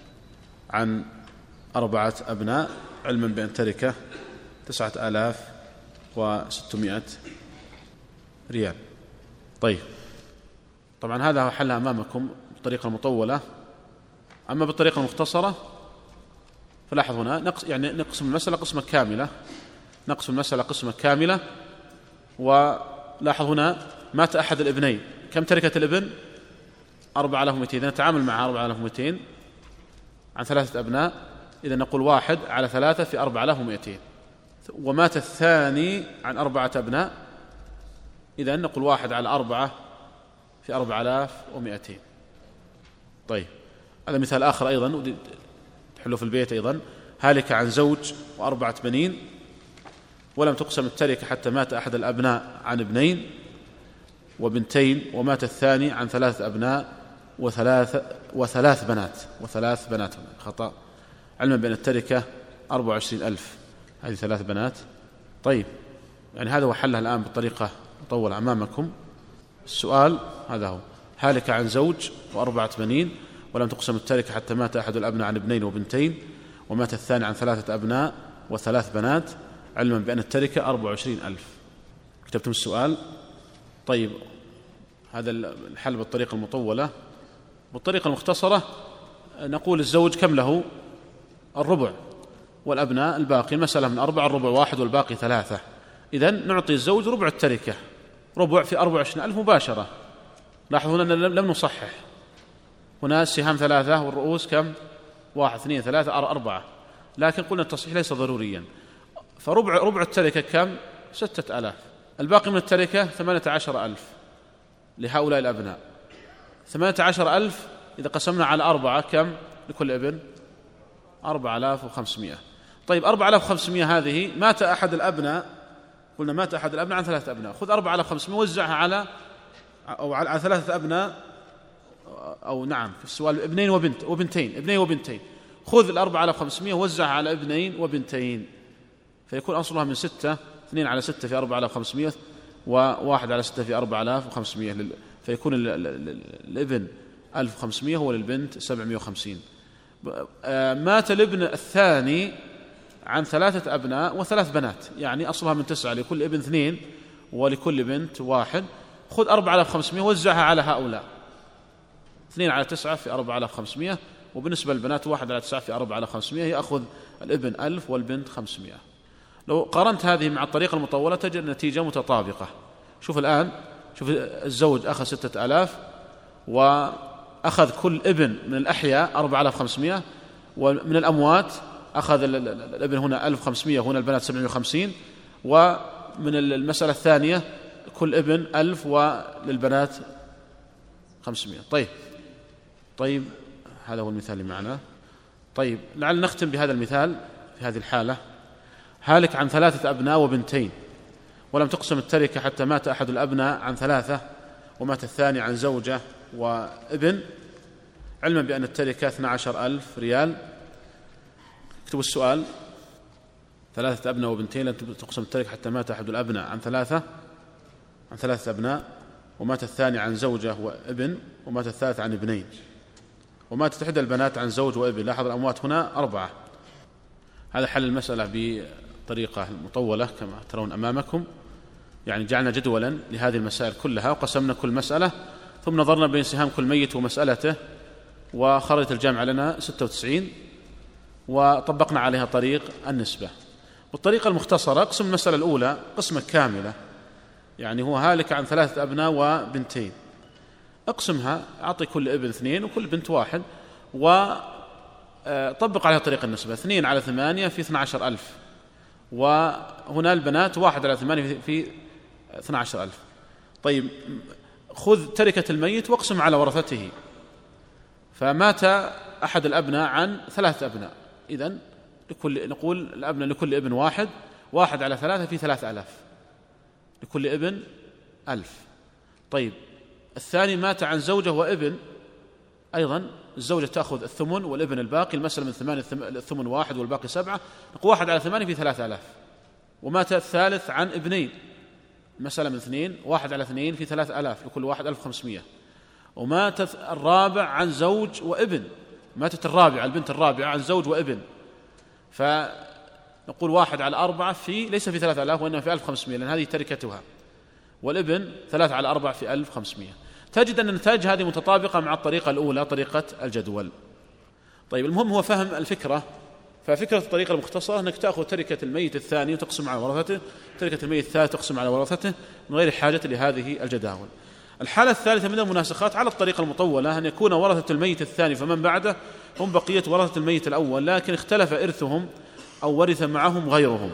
عن أربعة أبناء، علما بأن التركة تسعة آلاف وستمائة ريال. طيب، طبعا هذا هو حلها أمامكم بالطريقة المطولة. أما بالطريقة المختصرة فلاحظ هنا نقص يعني نقسم المسألة قسمة كاملة، نقسم المسألة قسمة كاملة. ولاحظ هنا مات أحد الابنين، كم تركة الابن؟ أربعة آلاف ومئتين. إذا نتعامل مع أربعة آلاف ومئتين عن ثلاثة أبناء، إذا نقول واحد على ثلاثة في أربعة آلاف ومئتين. ومات الثاني عن أربعة أبناء، إذا نقول واحد على أربعة في أربعة آلاف ومئتين. طيب، هذا مثال آخر أيضا تحلوا في البيت أيضا. هالك عن زوج وأربعة بنين ولم تقسم التركة حتى مات أحد الأبناء عن ابنين وبنتين، ومات الثاني عن ثلاث أبناء وثلاث وثلاث بنات وثلاث بنات خطأ، علما بأن التركة أربعة وعشرين ألف، هذه ثلاث بنات. طيب، يعني هذا هو حلها الآن بالطريقة مطولة أمامكم. السؤال هذا هو: هالك عن زوج وأربعة بنين ولم تقسم التركة حتى مات أحد الأبناء عن ابنين وبنتين، ومات الثاني عن ثلاثة أبناء وثلاث بنات، علما بأن التركة أربعة وعشرين ألف. كتبتم السؤال؟ طيب، هذا الحل بالطريقة المطولة. بالطريقة المختصرة نقول الزوج كم له؟ الربع، والأبناء الباقي. المسألة من أربعة، الربع واحد والباقي ثلاثة. إذن نعطي الزوج ربع التركة، ربع في أربعة وعشرين ألف مباشرة. لاحظوا هنا لم نصحح، هنا السهام ثلاثة والرؤوس كم؟ واحد اثنين ثلاثة أربعة، لكن قلنا التصحيح ليس ضروريا. فربع ربع التركة كم؟ ستة آلاف. الباقي من التركة ثمانية عشر ألف لهؤلاء الأبناء. ثمانية عشر ألف إذا قسمنا على أربعة كم لكل ابن؟ أربعة آلاف وخمسمائة. طيب، أربعة آلاف وخمسمائة هذه مات أحد الأبناء، قلنا مات أحد الأبناء عن ثلاثة أبناء، خذ أربعة آلاف وخمسمائة وزعها على أو على ثلاثة أبناء، أو نعم في السؤال ابنين وبنت وبنتين ابنين وبنتين، خذ الأربعة آلاف وخمسمائة ووزعها على ابنين وبنتين، فيكون أصلها من ستة، اثنين على ستة في أربعة آلاف وخمسمائة وواحد على ستة في أربعة آلاف وخمسمائة، فيكون الابن ألف وخمسمائة هو للبنت سبعمائة وخمسين. مات الابن الثاني عن ثلاثة أبناء وثلاث بنات، يعني أصلها من تسعة، لكل ابن اثنين ولكل بنت واحد. خذ أربعة آلاف وخمسمائة ووزعها على هؤلاء، اثنين على تسعة في أربعة آلاف وخمسمائة، وبالنسبة للبنات واحد على تسعة في أربعة آلاف وخمسمائة، يأخذ الابن ألف والبنت خمسمائة. لو قارنت هذه مع الطريقة المطولة تجد النتيجة متطابقة. شوف الآن، شوف الزوج أخذ ستة آلاف وأخذ كل ابن من الأحياء أربعة آلاف وخمسمائة، ومن الأموات أخذ الابن هنا ألف وخمسمائة، هنا البنات سبعمائة وخمسين، ومن المسألة الثانية كل ابن ألف وللبنات خمسمائة. طيب طيب هذا هو المثال اللي معنا. طيب لعل نختم بهذا المثال. في هذه الحالة هالك عن ثلاثة أبناء وبنتين، ولم تقسم التركة حتى مات أحد الأبناء عن ثلاثة ومات الثاني عن زوجة وابن، علما بأن التركة اثني عشر ألف ريال. اكتبوا السؤال: ثلاثة أبناء وبنتين لم تقسم التركة حتى مات أحد الأبناء عن ثلاثة عن ثلاثة أبناء، ومات الثاني عن زوجة وابن، ومات الثالث عن ابنين، وماتت إحدى البنات عن زوج وابن. لاحظ الأموات هنا أربعة. هذا حل المسألة بطريقة مطولة كما ترون أمامكم، يعني جعلنا جدولا لهذه المسائل كلها وقسمنا كل مسألة، ثم نظرنا بين سهام كل ميت ومسألته، وخرجت الجامعة لنا ستة وتسعين، وطبقنا عليها طريق النسبة. والطريقة المختصرة: اقسم المسألة الأولى قسمة كاملة، يعني هو هالك عن ثلاثة أبناء وبنتين، اقسمها، أعطي كل ابن اثنين وكل بنت واحد، وطبق عليها طريق النسبة: اثنين على ثمانية في اثنى عشر ألف، وهنا البنات واحد على ثمانية في اثنى عشر ألف. طيب خذ تركة الميت واقسم على ورثته، فمات أحد الأبناء عن ثلاثة أبناء، إذن لكل نقول الأبناء لكل ابن واحد، واحد على ثلاثة في ثلاثة ألاف، لكل ابن ألف. طيب الثاني مات عن زوجة وابن، أيضا الزوجة تأخذ الثمن والابن الباقي، المسألة من ثمانية، الثمن واحد والباقي سبعة، نقول واحد على ثمانية في ثلاثة ألاف. ومات الثالث عن ابنين، المسألة من اثنين، واحد على اثنين في ثلاثة ألاف، لكل واحد ألف وخمسمائة. ومات الرابع عن زوج وابن، ماتت الرابعة البنت الرابعة عن زوج وابن، فنقول واحد على أربعة في ليس في ثلاثة ألاف وإنما في ألف وخمسمائة، لأن هذه تركتها، والابن ثلاثة على أربعة في ألف وخمسمائة. تجد أن النتائج هذه متطابقة مع الطريقة الأولى، طريقة الجدول. طيب المهم هو فهم الفكرة. ففكرة الطريقة المختصرة أنك تأخذ تركة الميت الثاني وتقسم على ورثته، تركة الميت الثالث تقسم على ورثته، من غير حاجة لهذه الجداول. الحالة الثالثة من المناسخات على الطريقة المطولة أن يكون ورثة الميت الثاني فمن بعده هم بقية ورثة الميت الأول، لكن اختلف إرثهم أو ورث معهم غيرهم،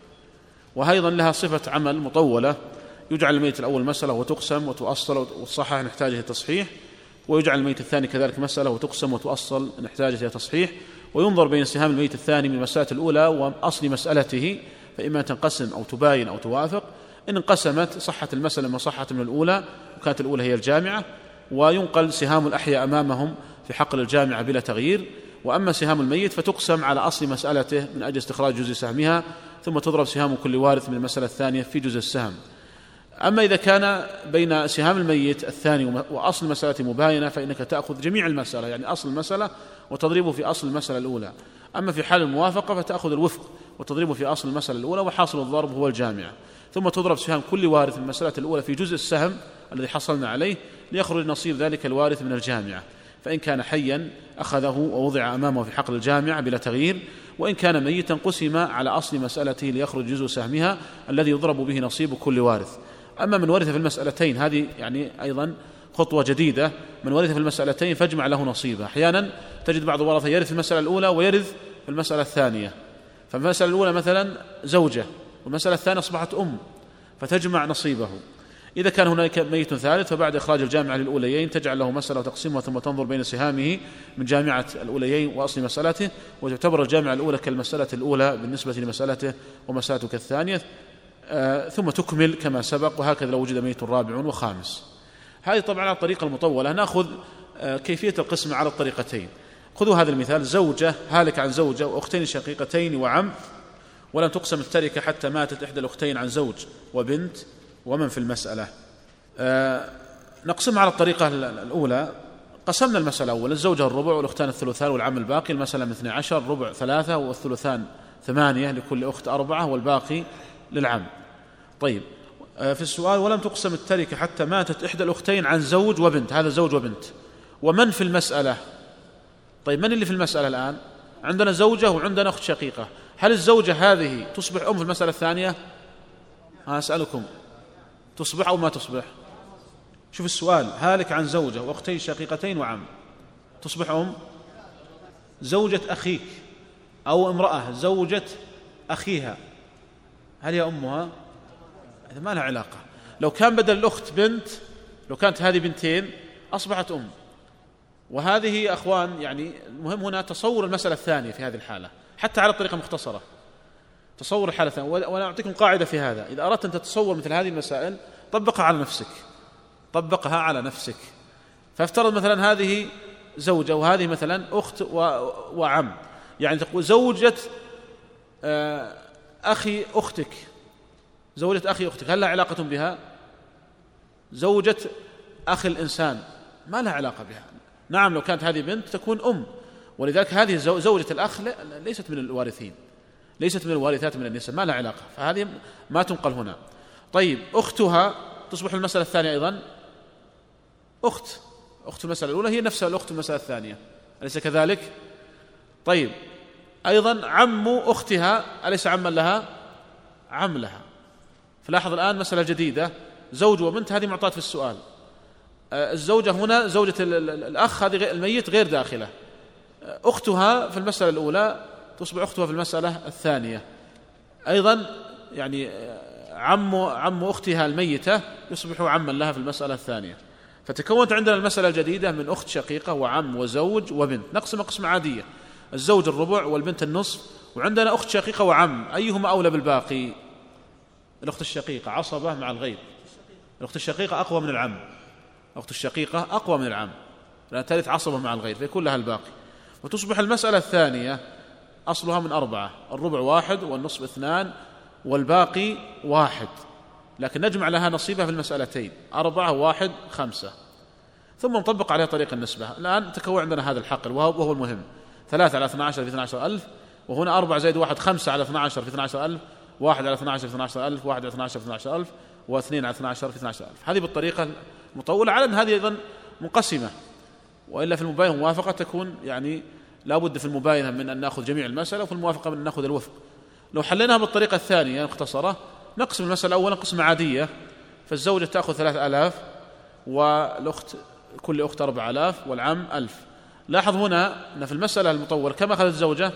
وأيضا لها صفة عمل مطولة: يجعل الميت الأول مسألة وتقسم وتؤصل وتصحح نحتاج إلى تصحيح، ويجعل الميت الثاني كذلك مسألة وتقسم وتؤصل نحتاج إلى تصحيح، وينظر بين سهام الميت الثاني من المسألة الأولى وأصل مسألته، فإما تنقسم أو تباين أو توافق. إن انقسمت صحت المسألة ما صحت من الأولى وكانت الأولى هي الجامعة، وينقل سهام الأحياء أمامهم في حقل الجامعة بلا تغيير. وأما سهام الميت فتقسم على أصل مسألته من أجل استخراج جزء سهمها، ثم تضرب سهام كل وارث من المسألة الثانية في جزء السهم. أما إذا كان بين سهام الميت الثاني وأصل المسألة مباينة فإنك تأخذ جميع المسألة، يعني أصل المسألة وتضربه في أصل المسألة الأولى. أما في حال الموافقة فتأخذ الوفق وتضربه في أصل المسألة الأولى، وحاصل الضرب هو الجامعة. ثم تضرب سهام كل وارث من المسألة الأولى في جزء السهم الذي حصلنا عليه، ليخرج نصيب ذلك الوارث من الجامعة، فإن كان حيا أخذه ووضع أمامه في حقل الجامعة بلا تغيير، وإن كان ميتا قسم على أصل مسألته ليخرج جزء سهمها الذي يضرب به نصيب كل وارث. أما من ورث في المسألتين، هذه يعني أيضا خطوة جديدة: من ورث في المسألتين فاجمع له نصيبه. أحيانا تجد بعض الورثة يرث في المسألة الأولى ويرث في المسألة الثانية، فالمسألة الأولى مثلا زوجة والمسألة الثانية أصبحت أم، فتجمع نصيبه. إذا كان هناك ميت ثالث فبعد إخراج الجامعة للأوليين تجعل له مسألة وتقسيمها، ثم تنظر بين سهامه من جامعة الأوليين وأصل مسألته، وتعتبر الجامعة الأولى كالمسألة الأولى بالنسبة لمسألته ومسألته كالثانية، آه ثم تكمل كما سبق. وهكذا لو وجد ميت رابع وخامس. هذه طبعا على الطريقة المطولة. نأخذ آه كيفية القسم على الطريقتين. خذوا هذا المثال: زوجة هالك عن زوجة وأختين شقيقتين وعم، ولم تقسم التركة حتى ماتت إحدى الأختين عن زوج وبنت ومن في المسألة. آه نقسمها على الطريقة الأولى. قسمنا المسألة أولا: الزوجة الربع والأختان الثلثان والعم الباقي. المسألة من اثني عشر، ربع ثلاثة والثلثان ثمانية، لكل أخت أربعة والباقي للعم. طيب، آه في السؤال: ولم تقسم التركة حتى ماتت إحدى الأختين عن زوج وبنت، هذا زوج وبنت ومن في المسألة. طيب، من اللي في المسألة الآن؟ عندنا زوجة وعندنا أخت شقيقة. هل الزوجة هذه تصبح أم في المسألة الثانية؟ أسألكم، تصبح أو ما تصبح؟ شوف السؤال: هالك عن زوجة وأختين شقيقتين وعم، تصبح أم. زوجة أخيك أو امرأة زوجة أخيها، هل هي أمها؟ إذا ما لها علاقة. لو كان بدل الأخت بنت، لو كانت هذه بنتين أصبحت أم. وهذه أخوان يعني المهم هنا تصور المسألة الثانية في هذه الحالة، حتى على الطريقة المختصرة تصور الحالة الثانية. وأنا أعطيكم قاعدة في هذا: إذا أردت أن تتصور مثل هذه المسائل طبقها على نفسك، طبقها على نفسك. فافترض مثلا هذه زوجة وهذه مثلا أخت وعم، يعني تقول زوجة أخي أختك، زوجة أخي أختك، هل لها علاقة بها؟ زوجة أخي الإنسان ما لها علاقة بها. نعم، لو كانت هذه بنت تكون أم، ولذلك هذه زوجة الأخ ليست من الوارثين، ليست من الوارثات من النساء، ما لها علاقة، فهذه ما تنقل هنا. طيب، أختها تصبح المسألة الثانية أيضا أخت، أخت المسألة الأولى هي نفسها الأخت المسألة الثانية، أليس كذلك؟ طيب، أيضا عم أختها أليس عما لها؟ عم لها. فلاحظ الآن مسألة جديدة: زوج وبنت، هذه معطاة في السؤال. الزوجة هنا زوجة الأخ هذه الميت غير داخلة. أختها في المسألة الأولى تصبح أختها في المسألة الثانية. أيضا يعني عم عم أختها الميتة يصبح عما لها في المسألة الثانية. فتكونت عندنا المسألة الجديدة من أخت شقيقة وعم وزوج وبنت. نقسم قسمة عادية: الزوج الربع والبنت النصف، وعندنا أخت شقيقة وعم، أيهما أولى بالباقي؟ الأخت الشقيقة عصبة مع الغير، الأخت الشقيقة أقوى من العم، الأخت الشقيقة أقوى من العم لأنها ترث عصبة مع الغير، فيكون لها الباقي. وتصبح المسألة الثانية أصلها من أربعة: الربع واحد والنصف اثنان والباقي واحد، لكن نجمع لها نصيبها في المسألتين: أربعة واحد خمسة، ثم نطبق عليها طريق النسبة. الآن تكون عندنا هذا الحقل وهو المهم: ثلاثة على اثنى عشر في اثنى عشر ألف، وهنا أربعة زائد واحد خمسة على اثنى عشر في اثنى عشر ألف، واحد على اثنى عشر في اثنى عشر ألف، واحد على اثنى عشر في اثنى عشر ألف، واثنين على اثنى عشر في اثنى عشر ألف. هذه بالطريقة المطولة، على أن هذه أيضا منقسمة، وإلا في المباينة والموافقة تكون يعني لا بد في المباينة من أن نأخذ جميع المسألة، وفي الموافقة من أن نأخذ الوفق. لو حليناها بالطريقة الثانية المختصرة نقسم المسألة أولا قسمة عادية، فالزوجة تأخذ ثلاثة آلاف والأخت كل أخت أربع آلاف والعم ألف. لاحظ هنا أن في المسألة المطولة كم أخذت الزوجة؟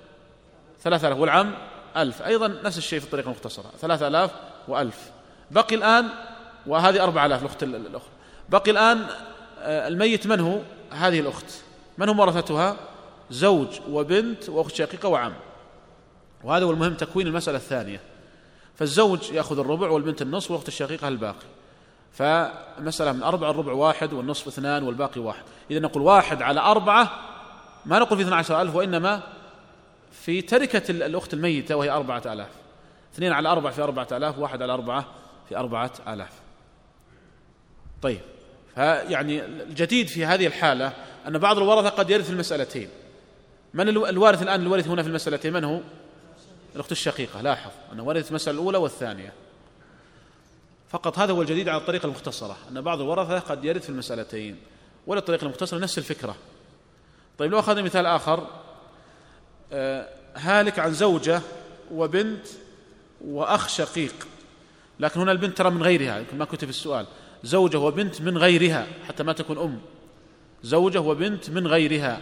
ثلاثة آلاف، والعم ألف، أيضا نفس الشيء في الطريقة المختصرة: ثلاثة آلاف وألف. بقي الآن، وهذه أربع آلاف الأخت الأخرى، بقي الآن الميت من هو؟ هذه الأخت، من هم ورثتها؟ زوج وبنت وأخت شقيقة وعم. وهذا هو المهم، تكوين المسألة الثانية. فالزوج يأخذ الربع والبنت النصف والأخت الشقيقة الباقي. فمسألة من أربعة: الربع واحد والنصف اثنان والباقي واحد. إذا نقول واحد على أربعة، ما نقول في اثنى عشر ألف، وإنما في تركة الأخت الميتة وهي أربعة آلاف. اثنين على أربعة في أربعة آلاف، واحد على أربعة في أربعة آلاف. طيب، فيعني الجديد في هذه الحالة أن بعض الورثة قد يرث المسألتين. من الوارث الآن؟ الوارث هنا في المسألتين من هو؟ الأخت الشقيقة. لاحظ أنه ورث المسألة الأولى والثانية فقط. هذا هو الجديد على الطريقة المختصرة، أن بعض الورثة قد يرث في المسألتين، ولا الطريقة المختصرة نفس الفكرة. طيب، لو أخذنا مثال آخر: هالك عن زوجة وبنت وأخ شقيق، لكن هنا البنت ترى من غيرها، يمكن ما كتب في السؤال: زوجة وبنت من غيرها حتى ما تكون أم، زوجة وبنت من غيرها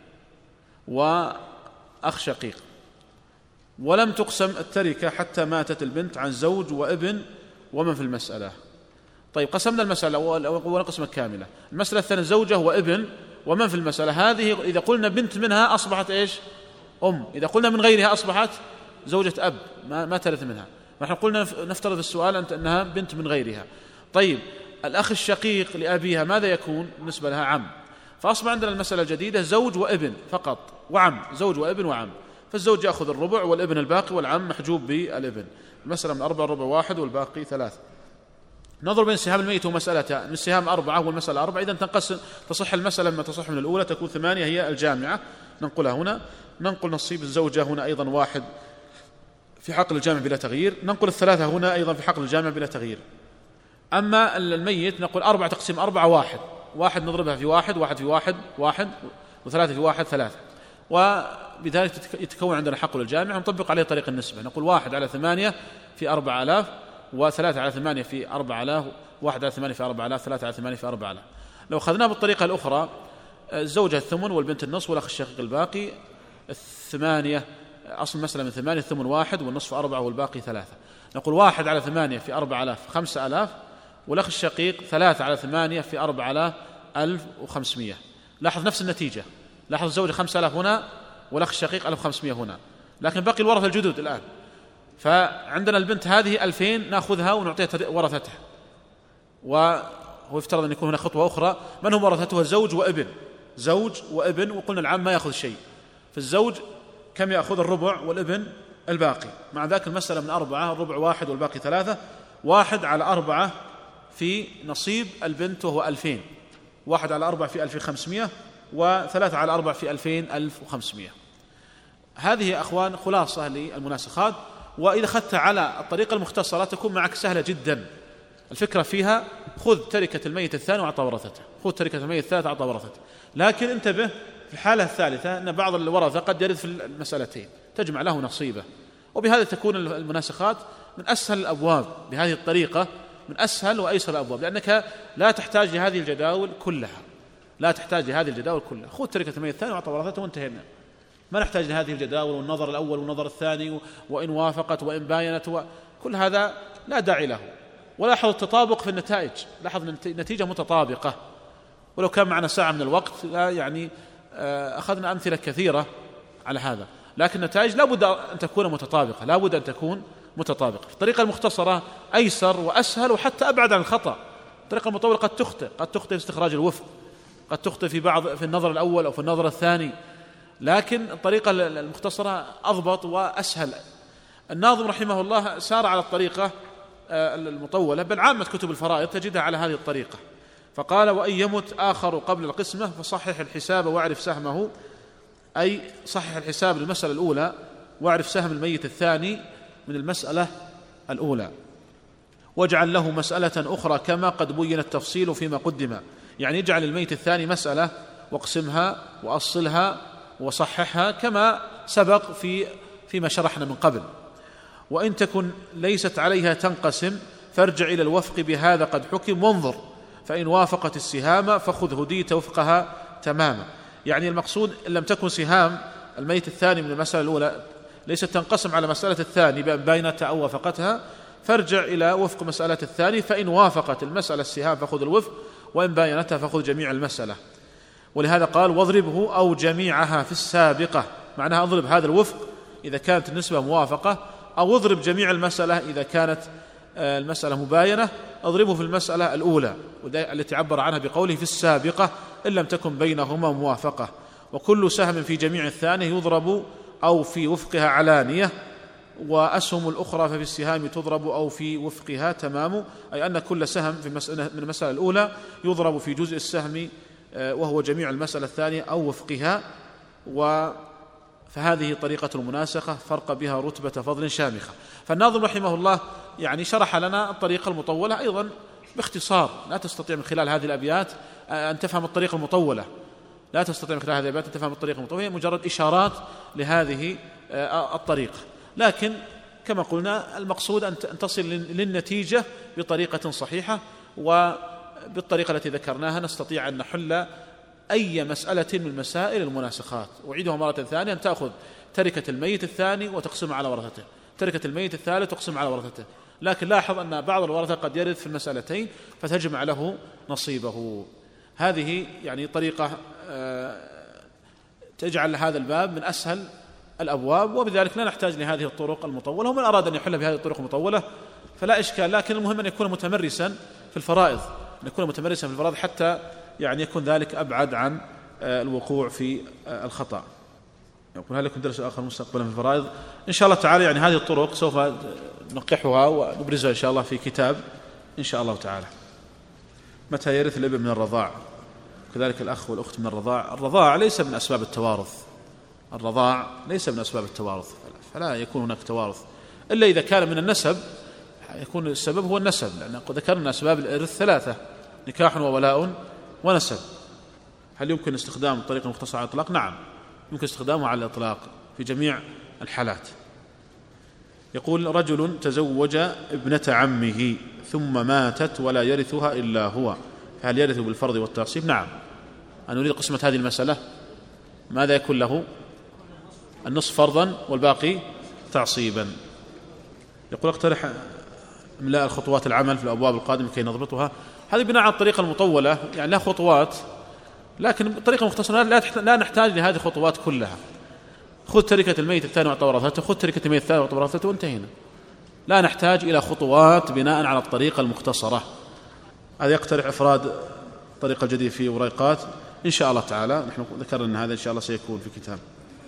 وأخ شقيق. ولم تقسم التركة حتى ماتت البنت عن زوج وابن ومن في المسألة. طيب، قسمنا المسألة أولا قسمة كاملة. المسألة الثانية زوجة وابن ومن في المسألة. هذه إذا قلنا بنت منها أصبحت إيش؟ أم. إذا قلنا من غيرها أصبحت زوجة أب، ما, ما ترث منها. نحن قلنا نفترض في السؤال أنها بنت من غيرها. طيب، الأخ الشقيق لأبيها ماذا يكون بالنسبة لها؟ عم. فأصبح عندنا المسألة الجديدة زوج وابن فقط وعم، زوج وابن وعم، فالزوج يأخذ الربع والابن الباقي والعم محجوب بالابن. المسألة من أربعة الربع واحد والباقي ثلاث. نظر بين سهام الميت ومسألتان، من السهام أربعة والمسألة أربعة، إذن تنقسم تصح المسألة لما تصح من الأولى تكون ثمانية هي الجامعة، ننقلها هنا. ننقل نصيب الزوجة هنا أيضا واحد في حقل الجامع بلا تغيير، ننقل الثلاثة هنا أيضا في حقل الجامع بلا تغيير. أما الميت نقول أربعة تقسيم أربعة واحد، واحد نضربها في واحد، واحد في واحد واحد، وثلاثة في واحد ثلاثة، وبذلك يتكون عندنا حقل الجامع ونطبق عليه طريق النسبة. نقول واحد على ثمانية في أربعة آلاف، وثلاثة على ثمانية في أربعة آلاف، واحد على ثمانية في أربعة آلاف، ثلاثة على ثمانية في أربعة آلاف. لو أخذناه بالطريقة الأخرى الزوجة الثمن والبنت النصف والأخ الشقيق الباقي، الثمانية أصل المسألة من ثمانية، الثمن واحد والنصف أربعة والباقي ثلاثة. نقول واحد على ثمانية في أربعة آلاف خمسة آلاف، والأخ الشقيق ثلاثة على ثمانية في أربعة آلاف ألف وخمسمائة. لاحظ نفس النتيجة، لاحظ الزوجة خمسة آلاف هنا والأخ الشقيق ألف وخمسمائة هنا، لكن باقي الورثة الجدد الآن. فعندنا البنت هذه ألفين نأخذها ونعطيها ورثتها، وهو يفترض أن يكون هنا خطوة أخرى. من هم ورثتها؟ زوج وابن، زوج وابن، وقلنا العم ما يأخذ شيء، فالزوج كم يأخذ؟ الربع والابن الباقي. مع ذلك المسألة من أربعة، الربع واحد والباقي ثلاثة، واحد على أربعة في نصيب البنت وهو ألفين، واحد على أربعة في ألف وخمسمائة، وثلاثة على أربعة في ألفين ألف وخمسمائة. هذه يا أخوان خلاصة للمناسخات. وإذا أخذت على الطريقة المختصرة تكون معك سهلة جدا. الفكرة فيها خذ تركة الميت الثاني وأعطى ورثته، خذ تركة الميت الثالث وأعطى ورثته، لكن انتبه في الحالة الثالثة أن بعض الورثة قد يرث في المسألتين تجمع له نصيبه، وبهذا تكون المناسخات من أسهل الأبواب. بهذه الطريقة من أسهل وأيسر الأبواب، لأنك لا تحتاج لهذه الجداول كلها، لا تحتاج لهذه الجداول كلها. خذ تركة الميت الثاني وأعطى ورثته وانتهينا، ما نحتاج لهذه الجداول والنظر الأول والنظر الثاني وإن وافقت وإن باينت وكل هذا لا داعي له. ولاحظ التطابق في النتائج، لاحظ النتيجة متطابقة. ولو كان معنا ساعة من الوقت لا يعني أخذنا أمثلة كثيرة على هذا، لكن النتائج لا بد أن تكون متطابقة، لا بد أن تكون متطابقة. الطريقة المختصرة أيسر وأسهل وحتى أبعد عن الخطأ. الطريقة المطولة قد تخطئ، قد تخطئ في استخراج الوفق، قد تخطئ في بعض في النظر الأول أو في النظر الثاني، لكن الطريقة المختصرة أضبط وأسهل. الناظم رحمه الله سار على الطريقة المطولة، بل عامة كتب الفرائض تجدها على هذه الطريقة. فقال: وإن يمت آخر قبل القسمة فصحح الحساب واعرف سهمه، أي صحح الحساب للمسألة الأولى واعرف سهم الميت الثاني من المسألة الأولى، واجعل له مسألة أخرى كما قد بين التفصيل فيما قدم. يعني اجعل الميت الثاني مسألة واقسمها وأصلها وصححها كما سبق في فيما شرحنا من قبل. وإن تكن ليست عليها تنقسم فارجع إلى الوفق بهذا قد حكم وانظر، فإن وافقت السهام فخذ هديت وفقها تماما. يعني المقصود إن لم تكن سهام الميت الثاني من المسألة الأولى ليست تنقسم على مسألة الثاني بأن باينتها أو وافقتها، فارجع إلى وفق مسألة الثاني، فإن وافقت المسألة السهام فخذ الوفق، وإن باينتها فخذ جميع المسألة. ولهذا قال: واضربه أو جميعها في السابقة، معناها اضرب هذا الوفق إذا كانت النسبة موافقة، أو اضرب جميع المسألة إذا كانت المسألة مباينة، اضربه في المسألة الأولى التي عبر عنها بقوله في السابقة إن لم تكن بينهما موافقة. وكل سهم في جميع الثاني يضرب أو في وفقها علانية، وأسهم الأخرى ففي السهام تضرب أو في وفقها تمام، أي أن كل سهم في المسألة من المسألة الأولى يضرب في جزء السهم وهو جميع المسألة الثانية أو وفقها. و فهذه طريقة المناسخة فرق بها رتبة فضل شامخة. فالناظم رحمه الله يعني شرح لنا الطريقة المطولة أيضا باختصار، لا تستطيع من خلال هذه الأبيات أن تفهم الطريقة المطولة، لا تستطيع من خلال هذه الأبيات أن تفهم الطريقة المطولة، هي مجرد إشارات لهذه الطريقة. لكن كما قلنا المقصود أن تصل للنتيجة بطريقة صحيحة، وبالطريقة التي ذكرناها نستطيع أن نحل أي مسألة من مسائل المناسخات. أعيدها مرة ثانية: أن تأخذ تركة الميت الثاني وتقسم على ورثته، تركة الميت الثالث تقسم على ورثته، لكن لاحظ أن بعض الورثة قد يرث في المسألتين فتجمع له نصيبه. هذه يعني طريقة تجعل هذا الباب من أسهل الأبواب، وبذلك لا نحتاج لهذه الطرق المطولة. ومن أراد أن يحل بهذه الطرق المطولة فلا إشكال، لكن المهم أن يكون متمرسا في الفرائض، أن يكون متمرسا في الفرائض حتى يعني يكون ذلك أبعد عن الوقوع في الخطأ. يقول هل لكم درس آخر مستقبلا في الفرائض؟ إن شاء الله تعالى يعني هذه الطرق سوف ننقحها ونبرزها إن شاء الله في كتاب إن شاء الله تعالى. متى يرث الابن من الرضاع؟ كذلك الأخ والأخت من الرضاع. الرضاع ليس من أسباب التوارث، الرضاع ليس من أسباب التوارث، فلا يكون هناك توارث إلا إذا كان من النسب، يكون السبب هو النسب، لأن ذكرنا أسباب الإرث ثلاثة: نكاح وولاء ونسب. هل يمكن استخدام الطريقة المختصرة على الإطلاق؟ نعم، يمكن استخدامه على الإطلاق في جميع الحالات. يقول رجل تزوج ابنة عمه ثم ماتت ولا يرثها إلا هو، فهل يرث بالفرض والتعصيب؟ نعم. أنا أريد قسمة هذه المسألة. ماذا يكون له؟ النصف فرضا والباقي تعصيبا. يقول اقترح املاء الخطوات العمل في الأبواب القادمة كي نضبطها. هذه بناء على الطريقة المطولة، يعني لها خطوات، لكن الطريقة المختصرة لا نحتاج لهذه الخطوات كلها. خذ تركة الميت الثاني واعطى ورثته، خذ تركة الميت الثاني واعطى ورثته، وانتهينا. لا نحتاج إلى خطوات بناء على الطريقة المختصرة. هذا يقترح إفراد طريقة جديدة في وريقات إن شاء الله تعالى. نحن ذكرنا أن هذا إن شاء الله سيكون في كتاب.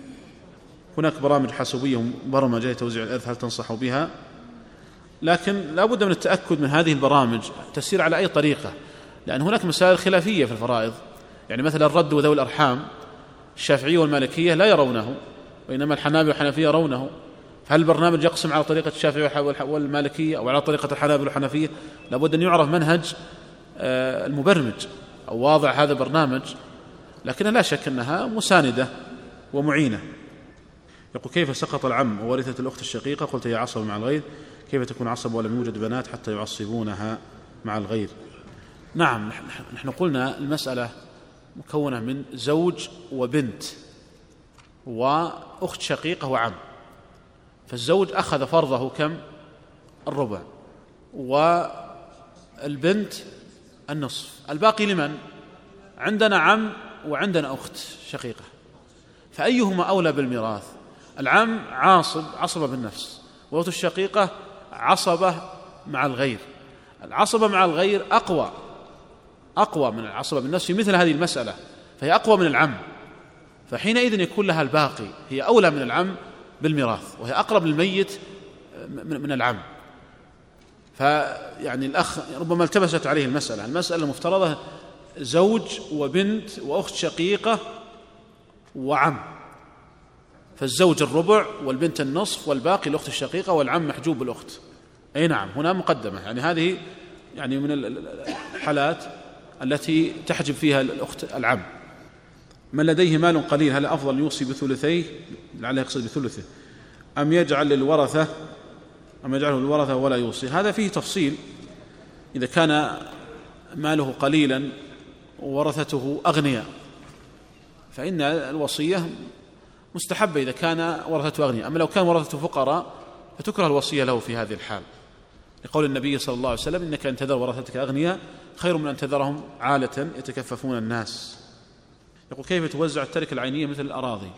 هناك برامج حاسوبية وبرمجة توزيع الإرث، هل تنصح بها؟ لكن لا بد من التأكد من هذه البرامج تسير على أي طريقة، لأن هناك مسائل خلافية في الفرائض. يعني مثلا الرد وذوي الأرحام، الشافعية والمالكية لا يرونه، وإنما الحنابلة والحنفية يرونه. هل البرنامج يقسم على طريقة الشافعية والمالكية أو على طريقة الحنابلة والحنفية؟ لابد أن يعرف منهج المبرمج أو واضع هذا البرنامج، لكن لا شك أنها مساندة ومعينة. يقول كيف سقط العم وورثة الأخت الشقيقة؟ قلت هي عصب مع الغير، كيف تكون عصب ولم يوجد بنات حتى يعصبونها مع الغير؟ نعم، نحن قلنا المسألة مكونة من زوج وبنت وأخت شقيقة وعم، فالزوج أخذ فرضه كم؟ الربع، والبنت النصف، الباقي لمن؟ عندنا عم وعندنا أخت شقيقة، فأيهما أولى بالميراث؟ العم عاصب عصبة بالنفس، والأخت الشقيقة عصبة مع الغير. العصبة مع الغير أقوى أقوى من العصبة بالنفس في مثل هذه المسألة، فهي أقوى من العم، فحينئذ يكون لها الباقي، هي أولى من العم بالميراث، وهي أقرب للميت من العم. فيعني الأخ ربما التبست عليه المسألة المسألة المفترضة زوج وبنت وأخت شقيقة وعم، فالزوج الربع والبنت النصف والباقي الأخت الشقيقة والعم محجوب بالأخت. أي نعم، هنا مقدمة، يعني هذه يعني من الحالات التي تحجب فيها الأخت العم. من لديه مال قليل هل أفضل يوصي بثلثيه، لعله يقصد بثلثه، أم يجعل للورثة أم يجعله للورثة ولا يوصي؟ هذا فيه تفصيل. إذا كان ماله قليلا وورثته أغنياء فإن الوصية مستحبة إذا كان ورثته أغنياء، أما لو كان ورثته فقراء فتكره الوصية له في هذه الحال، لقول النبي صلى الله عليه وسلم إنك أن تذر ورثتك أغنياء خير من أن تذرهم عالة يتكففون الناس. يقول كيف توزع التركة العينية مثل الأراضي؟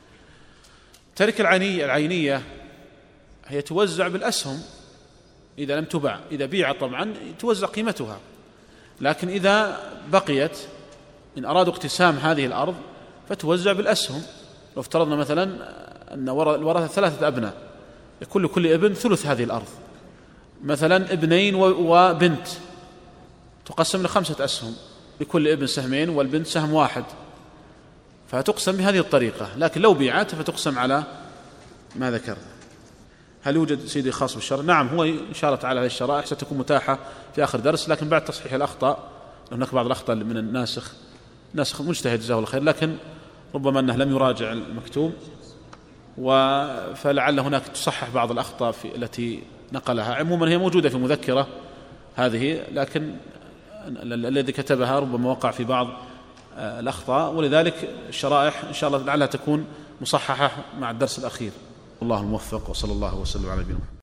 التركة العينية العينية هي توزع بالأسهم إذا لم تباع، إذا بيعت طبعا توزع قيمتها، لكن إذا بقيت إن أرادوا اقتسام هذه الأرض فتوزع بالأسهم. لو افترضنا مثلا أن الورثة ثلاثة أبناء، يكون لكل ابن ثلث هذه الأرض، مثلا ابنين وبنت تقسم لخمسة أسهم، لكل ابن سهمين والبنت سهم واحد، فتقسم بهذه الطريقة. لكن لو بيعت فتقسم على ما ذكر. هل يوجد سيدي خاص بالشرع؟ نعم، هو إن شاء الله تعالى هذه الشرائح ستكون متاحة في آخر درس، لكن بعد تصحيح الأخطاء. هناك بعض الأخطاء من الناسخ، ناسخ مجتهد جزاه الله خير، لكن ربما أنه لم يراجع المكتوب، فلعل هناك تصحح بعض الأخطاء في التي نقلها. عموما هي موجودة في مذكرة هذه، لكن الذي كتبها ربما وقع في بعض الأخطاء، ولذلك الشرائح إن شاء الله لعلها تكون مصححة مع الدرس الأخير. الله الموفق، وصلى الله وسلم على نبينا محمد.